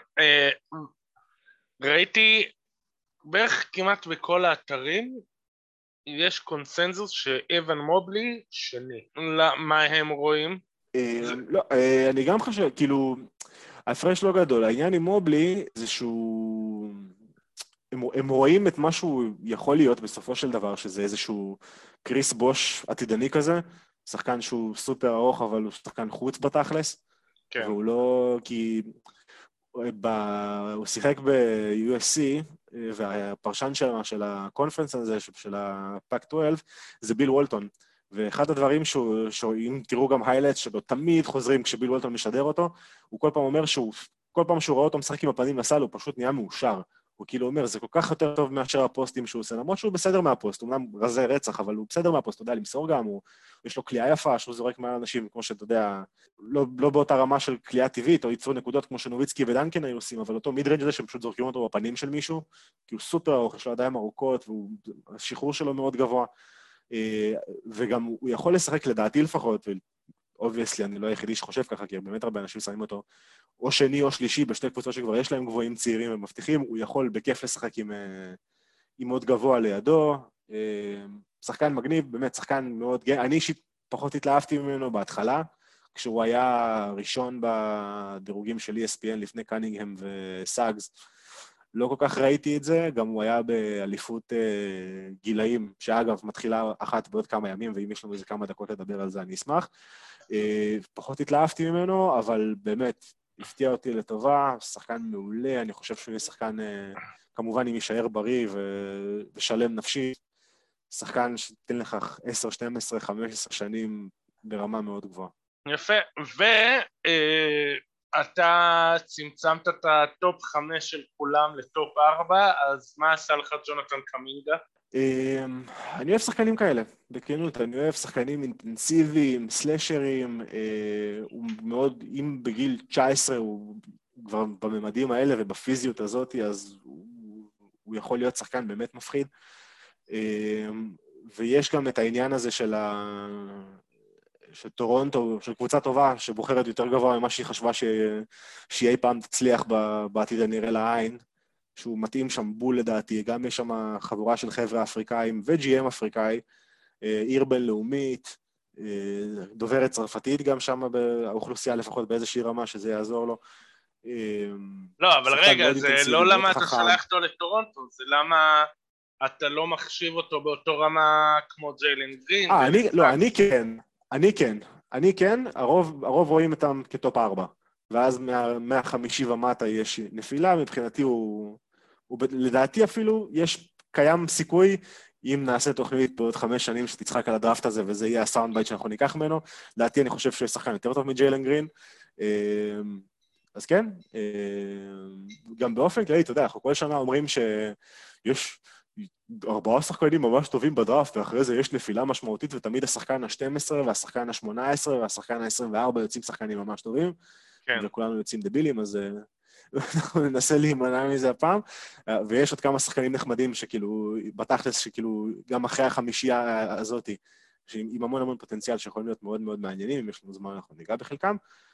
ראיתי בערך כמעט בכל האתרים, יש קונסנזוס שאבן מובלי שני. מה הם רואים? לא, אני גם חושב, כאילו, ההפרש לא גדול, העניין עם מובלי זה שהוא... הם, הם רואים את מה שהוא יכול להיות בסופו של דבר, שזה איזשהו קריס בוש עתידני כזה, שחקן שהוא סופר ארוך, אבל הוא שחקן חוץ בתכלס, כן. והוא לא, כי ב... הוא שיחק ב-יו אס סי, והפרשן של, של הקונפרנס הזה, של ה-פאק שתים עשרה, זה ביל וולטון, ואחד הדברים שהוא, שאם תראו גם היילייטס שלו, תמיד חוזרים כשביל וולטון משדר אותו, הוא כל פעם אומר שהוא, כל פעם שהוא רואה אותו משחק עם הפנים לסל, הוא פשוט נהיה מאושר. הוא כאילו אומר, זה כל כך יותר טוב מאשר הפוסטים שהוא עושה, למרות שהוא בסדר מהפוסט, הוא אמנם רזה רצח, אבל הוא בסדר מהפוסט, אתה יודע, למסור גם, הוא, יש לו קליעה יפה, שהוא זורק מעל אנשים, כמו שאתה יודע, לא, לא באותה רמה של קליעה טבעית, או ייצור נקודות כמו שנוביצקי ודנקן היו עושים, אבל אותו מידרנג' הזה שפשוט זורקים אותו בפנים של מישהו, כי הוא סופר ארוך, יש לו ידיים ארוכות, והשחרור שלו מאוד גבוה, וגם הוא יכול לשחק לדעתי לפחות, obviously, אני לא היחידי שחושב ככה, כי באמת הרבה אנשים שמים אותו או שני או שלישי בשתי קבוצות שכבר יש להם גבוהים צעירים ומבטיחים, הוא יכול בכיף לשחק עם, עם מאוד גבוה לידו, שחקן מגניב, באמת שחקן מאוד גאה, אני אישית פחות התלהבתי ממנו בהתחלה, כשהוא היה ראשון בדירוגים של אי אס פי אן לפני קנינגהם וסאגס, לא כל כך ראיתי את זה, גם הוא היה באליפות אה, גילאים, שאגב מתחילה אחת בעוד כמה ימים, ואם יש לנו איזה כמה דקות לדבר על זה אני אשמח. אה, פחות התלהבתי ממנו, אבל באמת, הפתיע אותי לטובה, שחקן מעולה, אני חושב שהוא יהיה שחקן, כמובן אם יישאר בריא ושלם נפשי, שחקן שתיתן לך עשר, שתים עשרה, חמש עשרה שנים ברמה מאוד גבוהה. יפה, ואתה צמצמת את הטופ חמש של כולם לטופ ארבע, אז מה עשה לך ג'ונתן קמינגה? אני אוהב שחקנים כאלה, בכנות, אני אוהב שחקנים אינטנסיביים, סלשרים, הוא מאוד, אם בגיל תשע עשרה הוא כבר בממדים האלה ובפיזיות הזאת, אז הוא יכול להיות שחקן באמת מפחיד, ויש גם את העניין הזה של ה... של טורונטו, של קבוצה טובה, שבוחרת יותר גבוה ממה שהיא חשבה שהיא אי פעם תצליח בעתיד הנראה לעין, שהוא מתאים שם בול לדעתי, גם יש שם חבורה של חבר'ה אפריקאים ו-ג'י אם אפריקאי, עיר בינלאומית, דוברת צרפתית גם שם באוכלוסייה, לפחות באיזושהי רמה, שזה יעזור לו. לא, אבל רגע, זה לא למה אתה שלח אותו לטורונטו, זה למה אתה לא מחשיב אותו באותו רמה כמו ג'יילן גרין. אה, לא, אני כן, אני כן, אני כן, הרוב, הרוב רואים אותם כטופ ארבע, ואז מהחמישי ומטה יש נפילה, מבחינתי הוא, הוא, לדעתי אפילו יש, קיים סיכוי, אם נעשה תוכנית בעוד חמש שנים שתצחק על הדראפט הזה, וזה יהיה הסאונד בייט שאנחנו ניקח ממנו, לדעתי אני חושב שיש שחקן יותר טוב מג'יילן גרין, אז כן, גם באופן כללי, אתה יודע, אנחנו כל שנה אומרים שיש ארבעה שחקנים ממש טובים בדראפט, ואחרי זה יש נפילה משמעותית, ותמיד השחקן ה-שתים עשרה והשחקן ה-שמונה עשרה והשחקן ה-עשרים וארבע יוצאים שחקנים ממש טובים, כן. וכולנו יוצאים דבילים, אז אנחנו ננסה להימנע מזה הפעם, ויש עוד כמה שחקנים נחמדים שכאילו, בתכלס שכאילו, גם אחרי החמישייה הזאת, עם המון המון פוטנציאל שיכולים להיות מאוד מאוד מעניינים, אם יש לנו זמן אנחנו ניגע בחלקם,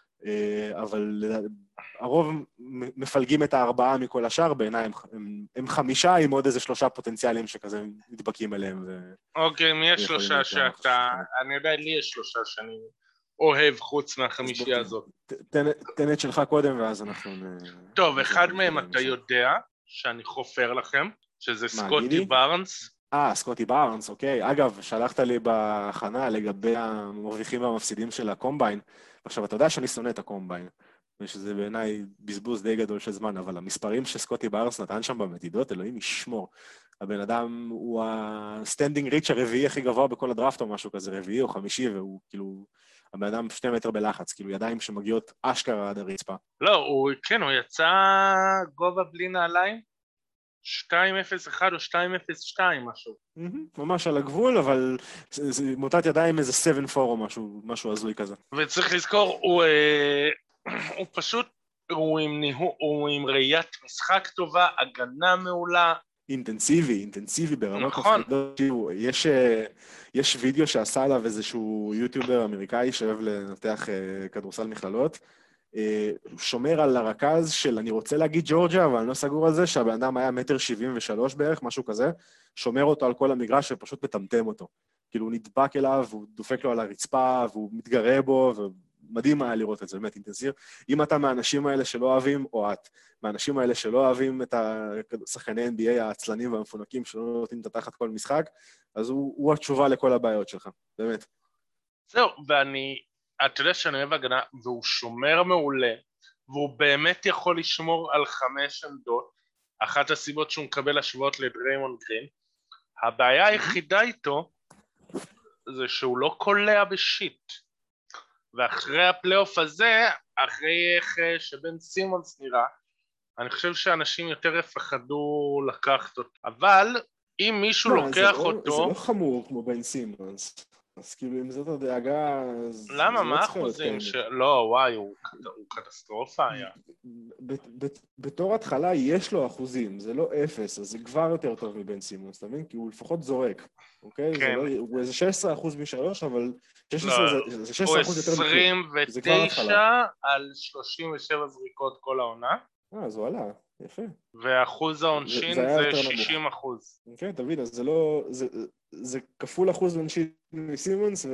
אבל הרוב מפלגים את הארבעה מכל השאר, בעיניי הם, הם, הם חמישה עם עוד איזה שלושה פוטנציאלים שכזה נדבקים אליהם. אוקיי, מי יש שלושה שאתה, אני יודע, לי יש שלושה שאני אוהב חוץ מהחמישייה הזאת. תן את שלך קודם ואז אנחנו... טוב, אחד מהם אתה יודע שאני חופר לכם, שזה סקוטי בארנס. אה, סקוטי בארנס, אוקיי. אגב, שלחת לי בהכנה לגבי המרוויחים והמפסידים של הקומביין, עכשיו, אתה יודע שאני שונא את הקומביין, ושזה בעיניי בזבוז די גדול של זמן, אבל המספרים שסקוטי בארנס נתן שם במדידות, אלוהים ישמור. הבן אדם הוא הסטנדינג ריץ' הרביעי הכי גבוה בכל הדראפט או משהו כזה, רביעי או חמישי, והוא כאילו, הבן אדם שתי מטר בלחץ, כאילו ידיים שמגיעות אשכרה עד הרצפה. לא, הוא, כן, הוא יצא גובה בלי נעליים, שתיים אפס אחת או שתיים אפס שתיים משהו. ממש על הגבול, אבל מוטת ידיים איזה שבע ארבע או משהו, משהו הזוי כזה. וצריך לזכור, הוא, הוא פשוט, הוא עם, הוא עם ראיית משחק טובה, הגנה מעולה. אינטנסיבי, אינטנסיבי ברמות מפחידות. יש, יש וידאו שעשה עליו איזשהו יוטיובר אמריקאי שאוהב לנתח כדורסל מכללות, הוא שומר על הרכז של, אני רוצה להגיד ג'ורג'יה, אבל אני לא סגור על זה, שהבן אדם היה מטר שבעים ושלוש בערך, משהו כזה, שומר אותו על כל המגרש ופשוט מטמטם אותו. כאילו הוא נדבק אליו, הוא דופק לו על הרצפה, והוא מתגרה בו, ומדהים היה לראות את זה, באמת אינטנסיב. אם אתה מהאנשים האלה שלא אוהבים, או את, מהאנשים האלה שלא אוהבים את השחקני אן בי איי העצלנים והמפונקים, שלא נותנים את התחת כל משחק, אז הוא, הוא התשובה לכל הבעיות שלך, באמת. זהו, ואני... אתה יודע שאני אוהב הגנה, והוא שומר מעולה, והוא באמת יכול לשמור על חמש עמדות, אחת הסיבות שהוא מקבל השוואות לדריימונד גרין. הבעיה היחידה איתו, זה שהוא לא קולע בשיט. ואחרי הפלייאוף הזה, אחרי איך שבן סימונס נראה, אני חושב שאנשים יותר יפחדו לקחת אותו. אבל אם מישהו לא, לוקח זה אותו... לא, זה לא חמור כמו בן סימונס. אז כאילו, אם זאת הדאגה... למה? מה האחוזים? לא, וואי, הוא קטסטרופה היה. בתור התחלה יש לו אחוזים, זה לא אפס, אז זה כבר יותר טוב מבן סימונס, אתה מבין? כי הוא לפחות זורק, אוקיי? כן. הוא איזה שש עשרה אחוז משלוש, אבל הוא עשרים ותשע על שלושים ושבע זריקות כל העונה. אה, אז הוא עלה, יפה. ואחוז העונשין זה שישים אחוז. כן, תבין, אז זה לא... זה כפול אחוז עונשין מסימונס,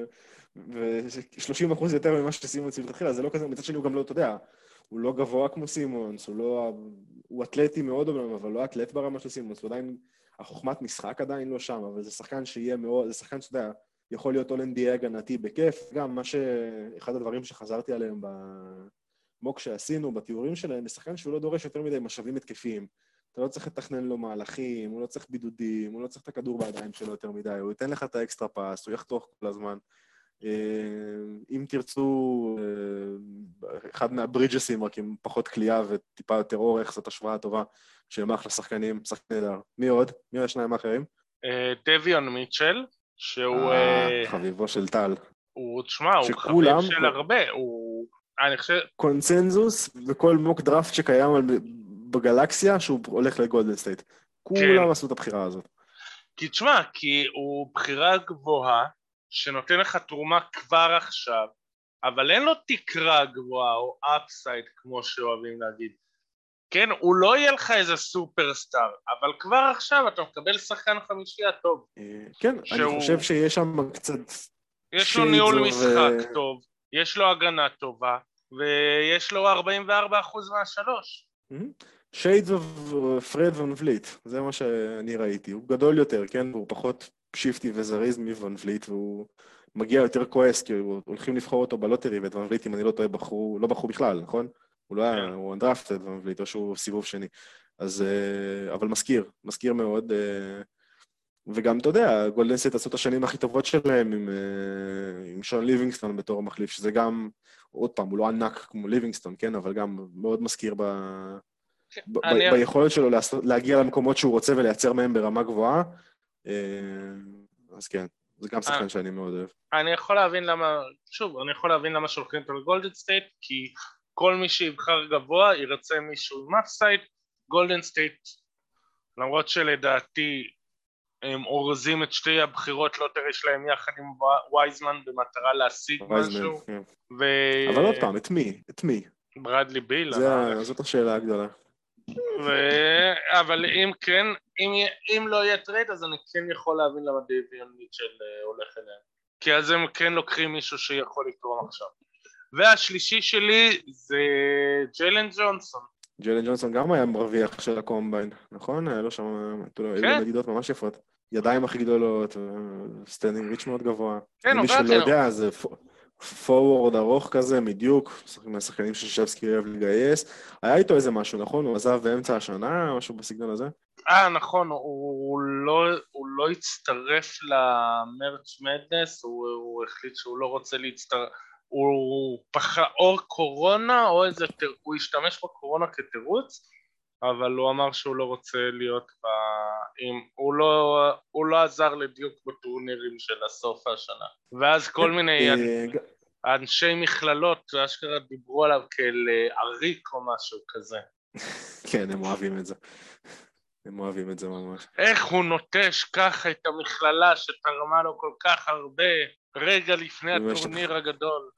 ו-שלושים אחוז יותר ממה שסימונס התחילה, זה לא כזה, מצד שני הוא גם לא, אתה יודע, הוא לא גבוה כמו סימונס, הוא לא... הוא אתלטי מאוד, אבל לא אתלט ברמה של סימונס, הוא עדיין... החוכמת משחק עדיין לא שם, אבל זה שחקן שיהיה מאוד... זה שחקן שאתה יודע, יכול להיות אול אן בי איי הגנתי בכיף, גם מה ש... אחד הדברים שחזרתי עליהם ב... מוק שעשינו בתיאורים שלהם, לשחקן שהוא לא דורש יותר מדי משאבים התקפיים. אתה לא צריך לתכנן לו מהלכים, הוא לא צריך בידודים, הוא לא צריך את הכדור בידיים שלו יותר מדי, הוא ייתן לך את האקסטרה פאס, הוא יחתוך כל הזמן. אם תרצו, אחד מהברידג'סים, רק עם פחות קליעה וטיפה יותר אורך, זאת השוואה טובה של אחלה שחקנים, שחקן נהדר. מי עוד? מי השניים האחרים? דוויון מיטשל, שהוא... חביבו של טל. הוא, תשמע, הוא חביב של הרבה, הוא... אני חושב... קונצנזוס וכל מוק דראפט שקיים בגלקסיה, שהוא הולך לגולדן סטייט. כולם עשו את הבחירה הזאת. כי תשמע, כי הוא בחירה גבוהה, שנותן לך תרומה כבר עכשיו, אבל אין לו תקרה גבוהה או אפסייד כמו שאוהבים להגיד. כן, הוא לא יהיה לך איזה סופרסטאר, אבל כבר עכשיו אתה מקבל שחקן חמישי הטוב. כן, אני חושב שיש שם קצת... יש לו ניהול משחק טוב, יש לו הגנה טובה, ויש לו ארבעים וארבעה אחוז מהשלוש. שיידס ופרד ון וליט, זה מה שאני ראיתי. הוא גדול יותר, כן? הוא פחות שיפטי וזריז מוון וליט, והוא מגיע יותר כועס, כי הולכים לבחור אותו בלוטרי, ואת ון וליט, אם אני לא טועה, בחרו, לא בחרו בכלל, נכון? הוא לא היה, הוא אנדרפטד ון וליט, או שהוא סיבוב שני. אז, אבל מזכיר, מזכיר מאוד, וגם, אתה יודע, גולדן סטייט עשו את השנים הכי טובות שלהם עם, עם שון ליבינגסטון בתור המחליף, שזה גם, עוד פעם, הוא לא ענק כמו ליבינגסטון, כן? אבל גם מאוד מזכיר ב... ב- אני... ביכולת שלו להגיע למקומות שהוא רוצה ולייצר מהם ברמה גבוהה, אז כן, זה גם שחקן שאני מאוד אוהב. אני יכול להבין למה, שוב, אני יכול להבין למה שולחים אותו לגולדן סטייט, כי כל מי שיבחר גבוה ירצה מישהו עם אפסייד. גולדן סטייט, למרות שלדעתי הם אורזים את שתי הבחירות לוטרי שלהם יחד עם וייזמן במטרה להשיג משהו. כן. ו... אבל עוד פעם, את מי? את מי? ברדלי ביל. זה... זאת השאלה הגדולה. ו... אבל אם כן, אם, אם לא יהיה טרייד, אז אני כן יכול להבין למה דוויון מיטשל הולך אליהם. כי אז הם כן לוקחים מישהו שיכול לתרום עכשיו. והשלישי שלי זה ג'יילן ג'ונסון. ג'יילן ג'ונסון גם היה מרוויח של הקומביין, נכון? היה לו שם, היו לו מדידות ממש יפות. ידיים הכי גדולות, סטנדינג ריץ' מאוד גבוה. למי שלא יודע, זה פורוורד ארוך כזה, מדיוק, מהשחקנים ששבסקי אוהב לגייס. היה איתו איזה משהו, נכון? הוא עזב באמצע השנה, משהו בסגנון הזה? אה, נכון, הוא לא, הוא לא הצטרף למרץ' מדנס, הוא, הוא החליט שהוא לא רוצה להצטרף, הוא פחה או קורונה או איזה, הוא השתמש בקורונה כתירוץ, אבל הוא אמר שהוא לא רוצה להיות ב... עם... הוא, לא... הוא לא עזר לדיוק בטורנירים של הסוף השנה. ואז כל מיני אנשי מכללות שאשכרה דיברו עליו כאל עריק או משהו כזה. כן, הם אוהבים את זה. הם אוהבים את זה ממש. איך הוא נוטש ככה את המכללה שתרמה לו כל כך הרבה רגע לפני הטורניר הגדול.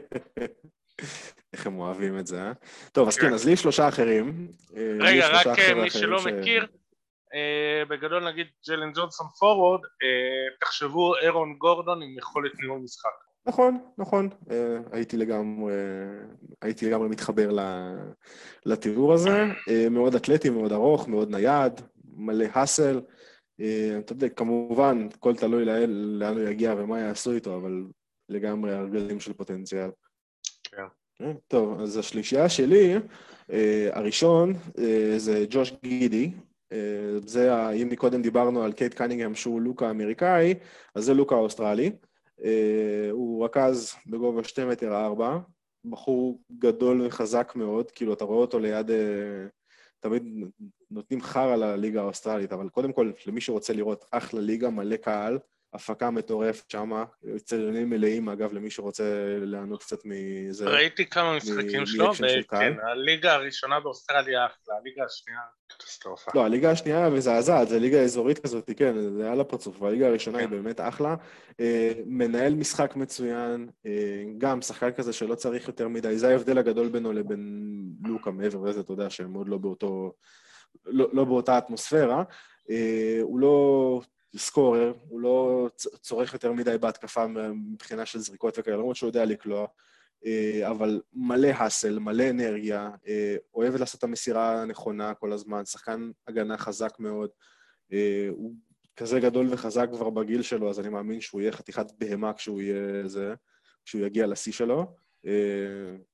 איך הם אוהבים את זה, אה? טוב, אז כן, אז לי שלושה אחרים. רגע, רק מי שלא מכיר, בגדול נגיד ג'יילן ג'ונסון פורוורד, תחשבו אירון גורדון עם יכולת ניהול משחק. נכון, נכון. הייתי לגמרי, הייתי לגמרי מתחבר לתיאור הזה. מאוד אתלטי, מאוד ארוך, מאוד נייד, מלא הסל. אתה יודע, כמובן, כל תלוי לאן הוא יגיע ומה יעשו איתו, אבל לגמרי הרגלים של פוטנציאל. כן. טוב, אז השלישייה שלי, הראשון זה ג'וש גידי, זה, אם מקודם דיברנו על קייט קנינגהם שהוא לוקה אמריקאי, אז זה לוקה אוסטרלי, הוא רכז בגובה שתי מטר ארבע, בחור גדול וחזק מאוד, כאילו אתה רואה אותו ליד, תמיד נותנים חר על הליגה האוסטרלית, אבל קודם כל למי שרוצה לראות אחלה ליגה, מלא קהל, הפקה מטורפת שמה, צלונים מלאים, אגב, למי שרוצה לענות קצת מזה. ראיתי כמה משחקים שלו, וכן, הליגה הראשונה באוסטרליה אחלה, הליגה השנייה קטסטרופה. לא, הליגה השנייה מזעזעת, זה ליגה אזורית כזאת, כן, זה על הפרצוף, והליגה הראשונה היא באמת אחלה. מנהל משחק מצוין, גם שחקן כזה שלא צריך יותר מדי, זה ההבדל הגדול בינו לבין לוקה מעבר לזה, אתה יודע, שהם עוד לא באותו, לא באותה אטמוספירה. הוא לא... סקורר, הוא לא צורך יותר מדי בהתקפה מבחינה של זריקות וכאלה, למרות שהוא יודע לקלוע, אבל מלא הסל, מלא אנרגיה, אוהב לעשות את המסירה הנכונה כל הזמן, שחקן הגנה חזק מאוד, הוא כזה גדול וחזק כבר בגיל שלו, אז אני מאמין שהוא יהיה חתיכת בהמה כשהוא יהיה זה, כשהוא יגיע לשיא שלו.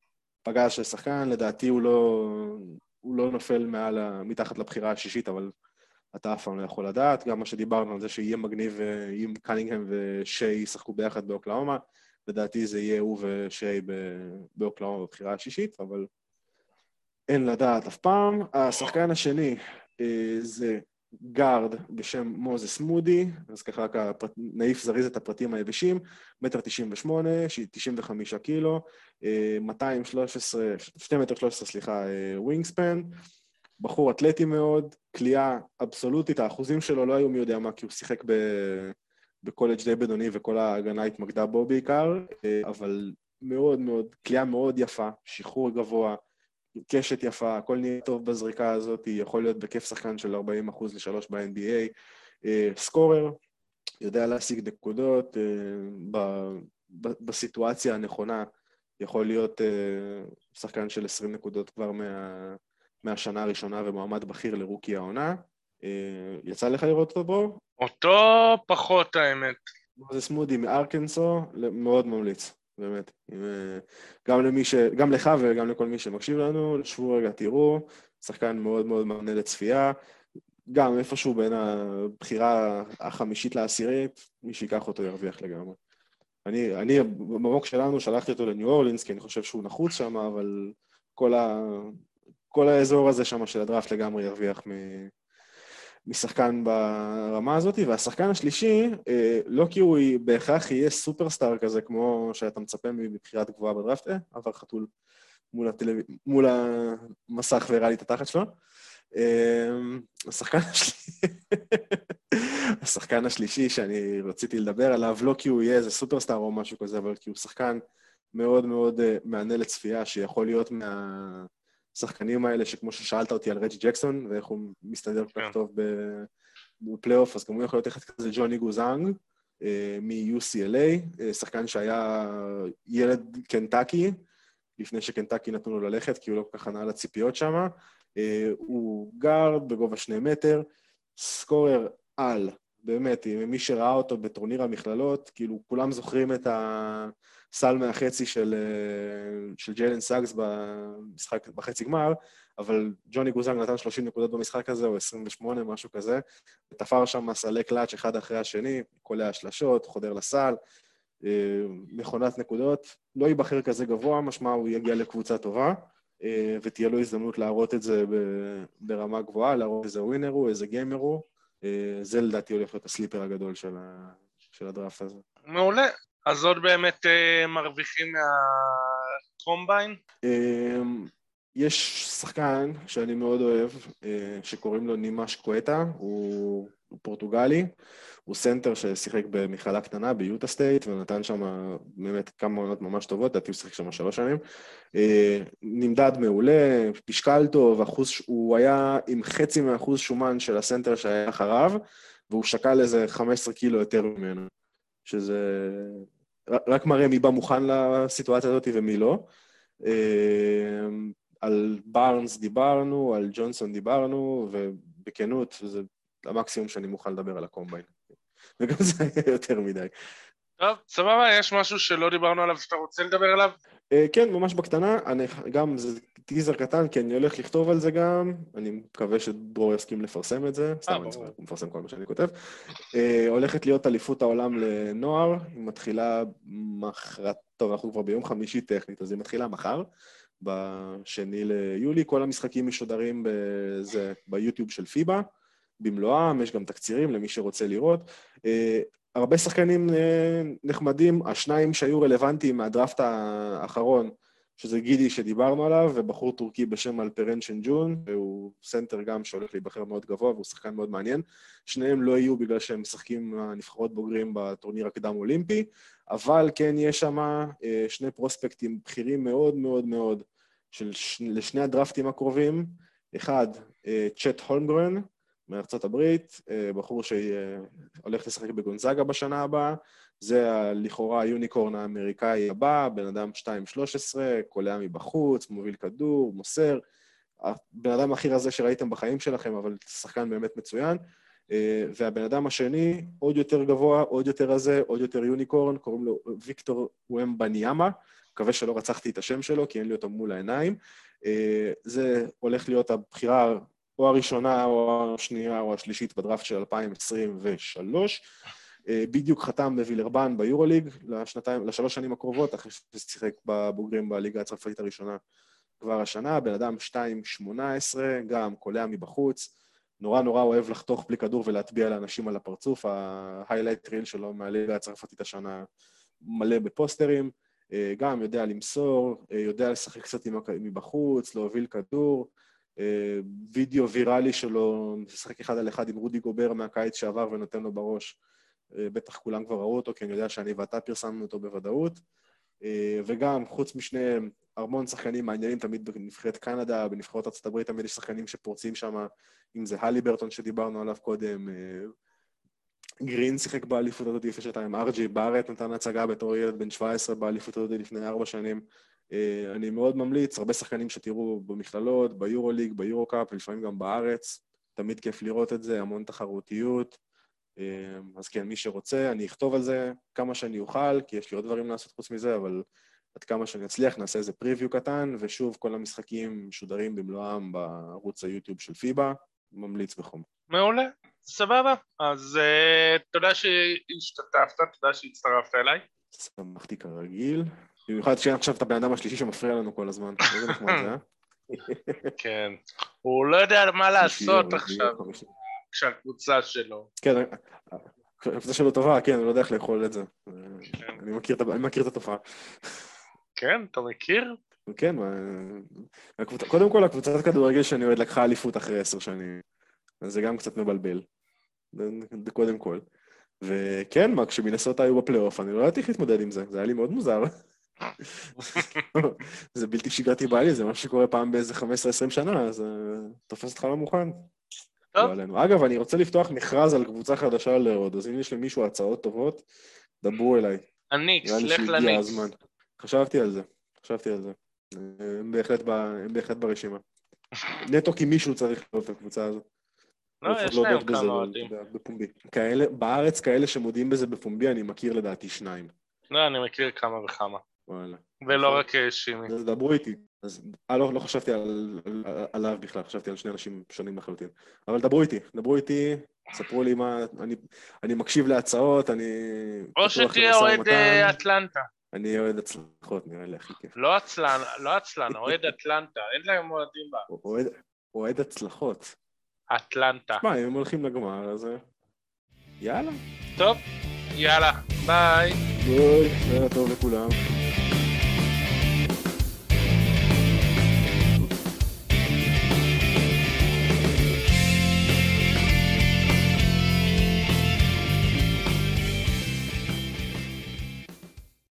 פגז של שחקן, לדעתי הוא לא, הוא לא נופל מעל, מתחת לבחירה השישית, אבל אתה אף פעם לא יכול לדעת. גם מה שדיברנו על זה שיהיה מגניב אם קנינגהם ושי ישחקו ביחד באוקלאומה, לדעתי זה יהיה הוא ושי באוקלאומה בבחירה השישית, אבל אין לדעת אף פעם. השחקן השני זה גארד בשם מוזס מודי, אז ככה נעיף זריז את הפרטים היבשים, מטר תשעים ושמונה, תשעים וחמישה קילו, מאתיים ושלוש עשרה, שני מטר שלוש עשרה, סליחה, ווינגספן, בחור אתלטי מאוד, קליעה אבסולוטית, האחוזים שלו לא היו מי יודע מה, כי הוא שיחק ב... בקולג' די בינוני וכל ההגנה התמקדה בו בעיקר, אבל מאוד מאוד, קליעה מאוד יפה, שחרור גבוה, קשת יפה, הכל נהיה טוב בזריקה הזאת, יכול להיות בכיף שחקן של ארבעים אחוז לשלוש ב-אן בי איי, סקורר, יודע להשיג נקודות, בסיטואציה הנכונה, יכול להיות שחקן של עשרים נקודות כבר מה, מהשנה הראשונה ומועמד בכיר לרוקי העונה. יצא לך לראות אותו בו? אותו פחות האמת. זה סמודי מארקנסו, מאוד ממליץ. באמת, גם למי ש... גם לך וגם לכל מי שמקשיב לנו, שבו רגע, תראו, שחקן מאוד מאוד מענה לצפייה, גם איפשהו בין הבחירה החמישית לעשירית, מי שיקח אותו ירוויח לגמרי. אני, אני במוק שלנו שלחתי אותו לניו אורלינס, כי אני חושב שהוא נחוץ שם, אבל כל, ה... כל האזור הזה שם של הדראפט לגמרי ירוויח מ... משחקן ברמה הזאת, והשחקן השלישי, לא כי הוא בהכרח יהיה סופרסטאר כזה, כמו שאתה מצפה מבחירת גבוהה בדראפט, עבר חתול מול, הטלו... מול המסך והראה לי את התחת שלו. השחקן השלישי, השחקן השלישי שאני רציתי לדבר עליו, לא כי הוא יהיה איזה סופרסטאר או משהו כזה, אבל כי הוא שחקן מאוד מאוד מענה לצפייה, שיכול להיות מה... השחקנים האלה, שכמו ששאלת אותי על רג'י ג'קסון, ואיך הוא מסתדר כל כך טוב בפלייאוף, אז גם הוא יכול להיות אחד כזה ג'וני גוזנג, מ-יו סי אל איי, שחקן שהיה ילד קנטקי, לפני שקנטקי נתנו לו ללכת, כי הוא לא כל כך ענה לציפיות שם, הוא גארד בגובה שני מטר, סקורר על, באמת, מי שראה אותו בטורניר המכללות, כאילו כולם זוכרים את הסל מהחצי של, של ג'יילן סאגס במשחק, בחצי גמר, אבל ג'וני גוזנג נתן שלושים נקודות במשחק הזה, או עשרים ושמונה, משהו כזה, ותפר שם סלי קלאץ' אחד אחרי השני, קולע השלשות, חודר לסל, מכונת נקודות, לא ייבחר כזה גבוה, משמע הוא יגיע לקבוצה טובה, ותהיה לו הזדמנות להראות את זה ברמה גבוהה, להראות איזה ווינר הוא, איזה גיימר הוא, זה לדעתי הולך להיות הסליפר הגדול של, ה... של הדראפט הזה. מעולה. אז עוד באמת uh, מרוויחים מהקומביין? Um, יש שחקן שאני מאוד אוהב, uh, שקוראים לו נימש קואטה, הוא, הוא פורטוגלי, הוא סנטר ששיחק במכללה קטנה ביוטה סטייט, ונתן שם באמת כמה עונות ממש טובות, דעתי הוא שיחק שם שלוש שנים, uh, נמדד מעולה, פשקל טוב, אחוז, הוא היה עם חצי מהאחוז שומן של הסנטר שהיה אחריו, והוא שקל איזה חמישה עשר קילו יותר ממנו, שזה רק מראה מי בא מוכן לסיטואציה הזאת ומי לא. על בארנס דיברנו, על ג'ונסון דיברנו, ובכנות זה המקסימום שאני מוכן לדבר על הקומביין. וגם זה היה יותר מדי. טוב, סבבה, יש משהו שלא דיברנו עליו שאתה רוצה לדבר עליו? כן, ממש בקטנה, אני גם, זה טיזר קטן, כי אני הולך לכתוב על זה גם, אני מקווה שדרור יסכים לפרסם את זה, סתם אני צריך לפרסם כל מה שאני כותב. הולכת להיות אליפות העולם לנוער, היא מתחילה מחרת, טוב, אנחנו כבר ביום חמישי טכנית, אז היא מתחילה מחר, בשני ליולי, כל המשחקים משודרים בזה, ביוטיוב של פיבה, במלואם, יש גם תקצירים למי שרוצה לראות. הרבה שחקנים נחמדים, השניים שהיו רלוונטיים מהדראפט האחרון, שזה גידי שדיברנו עליו, ובחור טורקי בשם אלפרן שנג'ון, והוא סנטר גם שהולך להיבחר מאוד גבוה, והוא שחקן מאוד מעניין. שניהם לא יהיו בגלל שהם משחקים נבחרות בוגרים בטורניר הקדם אולימפי, אבל כן יש שם שני פרוספקטים בכירים מאוד מאוד מאוד, של לשני הדראפטים הקרובים. אחד, צ'ט הולמגרן, מארצות הברית, בחור שהולך לשחק בגונזאגה בשנה הבאה, זה לכאורה היוניקורן האמריקאי הבא, בן אדם שתיים שלוש עשרה, קולע מבחוץ, מוביל כדור, מוסר, הבן אדם הכי רזה שראיתם בחיים שלכם, אבל שחקן באמת מצוין, והבן אדם השני, עוד יותר גבוה, עוד יותר רזה, עוד יותר יוניקורן, קוראים לו ויקטור וומבניאמה, מקווה שלא רצחתי את השם שלו, כי אין לי אותו מול העיניים. זה הולך להיות הבחירה או הראשונה, או השנייה, או השלישית בדראפט של אלפיים עשרים ושלוש. בדיוק חתם בווילרבן ביורוליג לשנתיים, לשלוש שנים הקרובות, אחרי ששיחק בבוגרים בליגה הצרפתית הראשונה כבר השנה. בן אדם שתיים שמונה עשרה, גם קולע מבחוץ, נורא נורא אוהב לחתוך בלי כדור ולהטביע לאנשים על הפרצוף. ההיילייט ריל שלו מהליגה הצרפתית השנה מלא בפוסטרים, גם יודע למסור, יודע לשחק קצת מבחוץ, להוביל כדור, וידאו ויראלי שלו, משחק אחד על אחד עם רודי גובר מהקיץ שעבר ונותן לו בראש, בטח כולם כבר ראו אותו, כי אני יודע שאני ואתה פרסמנו אותו בוודאות, וגם חוץ משניהם, המון שחקנים מעניינים תמיד בנבחרת קנדה, בנבחרות ארצות הברית, תמיד יש שחקנים שפורצים שם, אם זה הליברטון שדיברנו עליו קודם, גרין שיחק באליפות הזאת לפני שנתיים, ארג'י בארט נתן הצגה בתור ילד בן שבע עשרה באליפות הזאת לפני ארבע שנים. אני מאוד ממליץ, הרבה שחקנים שתראו במכללות, ביורוליג, ביורוקאפ, לפעמים גם בארץ, תמיד כיף לראות את זה, המון תחרותיות. אז כן, מי שרוצה, אני אכתוב על זה כמה שאני אוכל, כי יש לי עוד דברים לעשות חוץ מזה, אבל עד כמה שאני אצליח, נעשה איזה פריוויו קטן, ושוב, כל המשחקים משודרים במלואם בערוץ היוטיוב של פיבה, ממליץ בחום. מעולה, סבבה. אז uh, תודה שהשתתפת, תודה שהצטרפת אליי. שמחתי כרגיל. במיוחד שאין עכשיו את הבן אדם השלישי שמפריע לנו כל הזמן. איזה נחמד זה, אה? כן. הוא לא יודע מה לעשות עכשיו, כשהקבוצה שלו. כן, הקבוצה שלו טובה, כן, אני לא יודע איך לאכול את זה. אני מכיר את התופעה. כן, אתה מכיר? כן, קודם כל הקבוצת כדורגל שאני אוהד לקחה אליפות אחרי עשר שנים. אז זה גם קצת מבלבל. קודם כל. וכן, מה, כשמינסוטה היו בפלייאוף, אני לא יודעת איך להתמודד עם זה. זה היה לי מאוד מוזר. זה בלתי שגרתי בעלי, זה משהו שקורה פעם באיזה חמש עשרה עשרים שנה, אז תופס אותך לא מוכן. אגב, אני רוצה לפתוח מכרז על קבוצה חדשה לעוד, אז אם יש למישהו הצעות טובות, דברו אליי. הניקס, לך לניקס. חשבתי על זה, חשבתי על זה. הם בהחלט ברשימה. נטו כי מישהו צריך לראות את הקבוצה הזאת. לא, יש להם כמה עודים. בארץ כאלה שמודיעים בזה בפומבי, אני מכיר לדעתי שניים. לא, אני מכיר כמה וכמה. וואלה. ולא רק שימי. דברו איתי. אז לא חשבתי עליו בכלל, חשבתי על שני אנשים שונים לחלוטין. אבל דברו איתי, דברו איתי, ספרו לי מה, אני מקשיב להצעות, אני... או שתהיה אוהד אטלנטה. אני אוהד הצלחות, נראה לי הכי כיף. לא עצלן, לא עצלן, אוהד אטלנטה, אין להם אוהדים בה. אוהד הצלחות. אטלנטה. מה, אם הם הולכים לגמר, אז... יאללה. טוב, יאללה, ביי. ביי, זה היה טוב לכולם.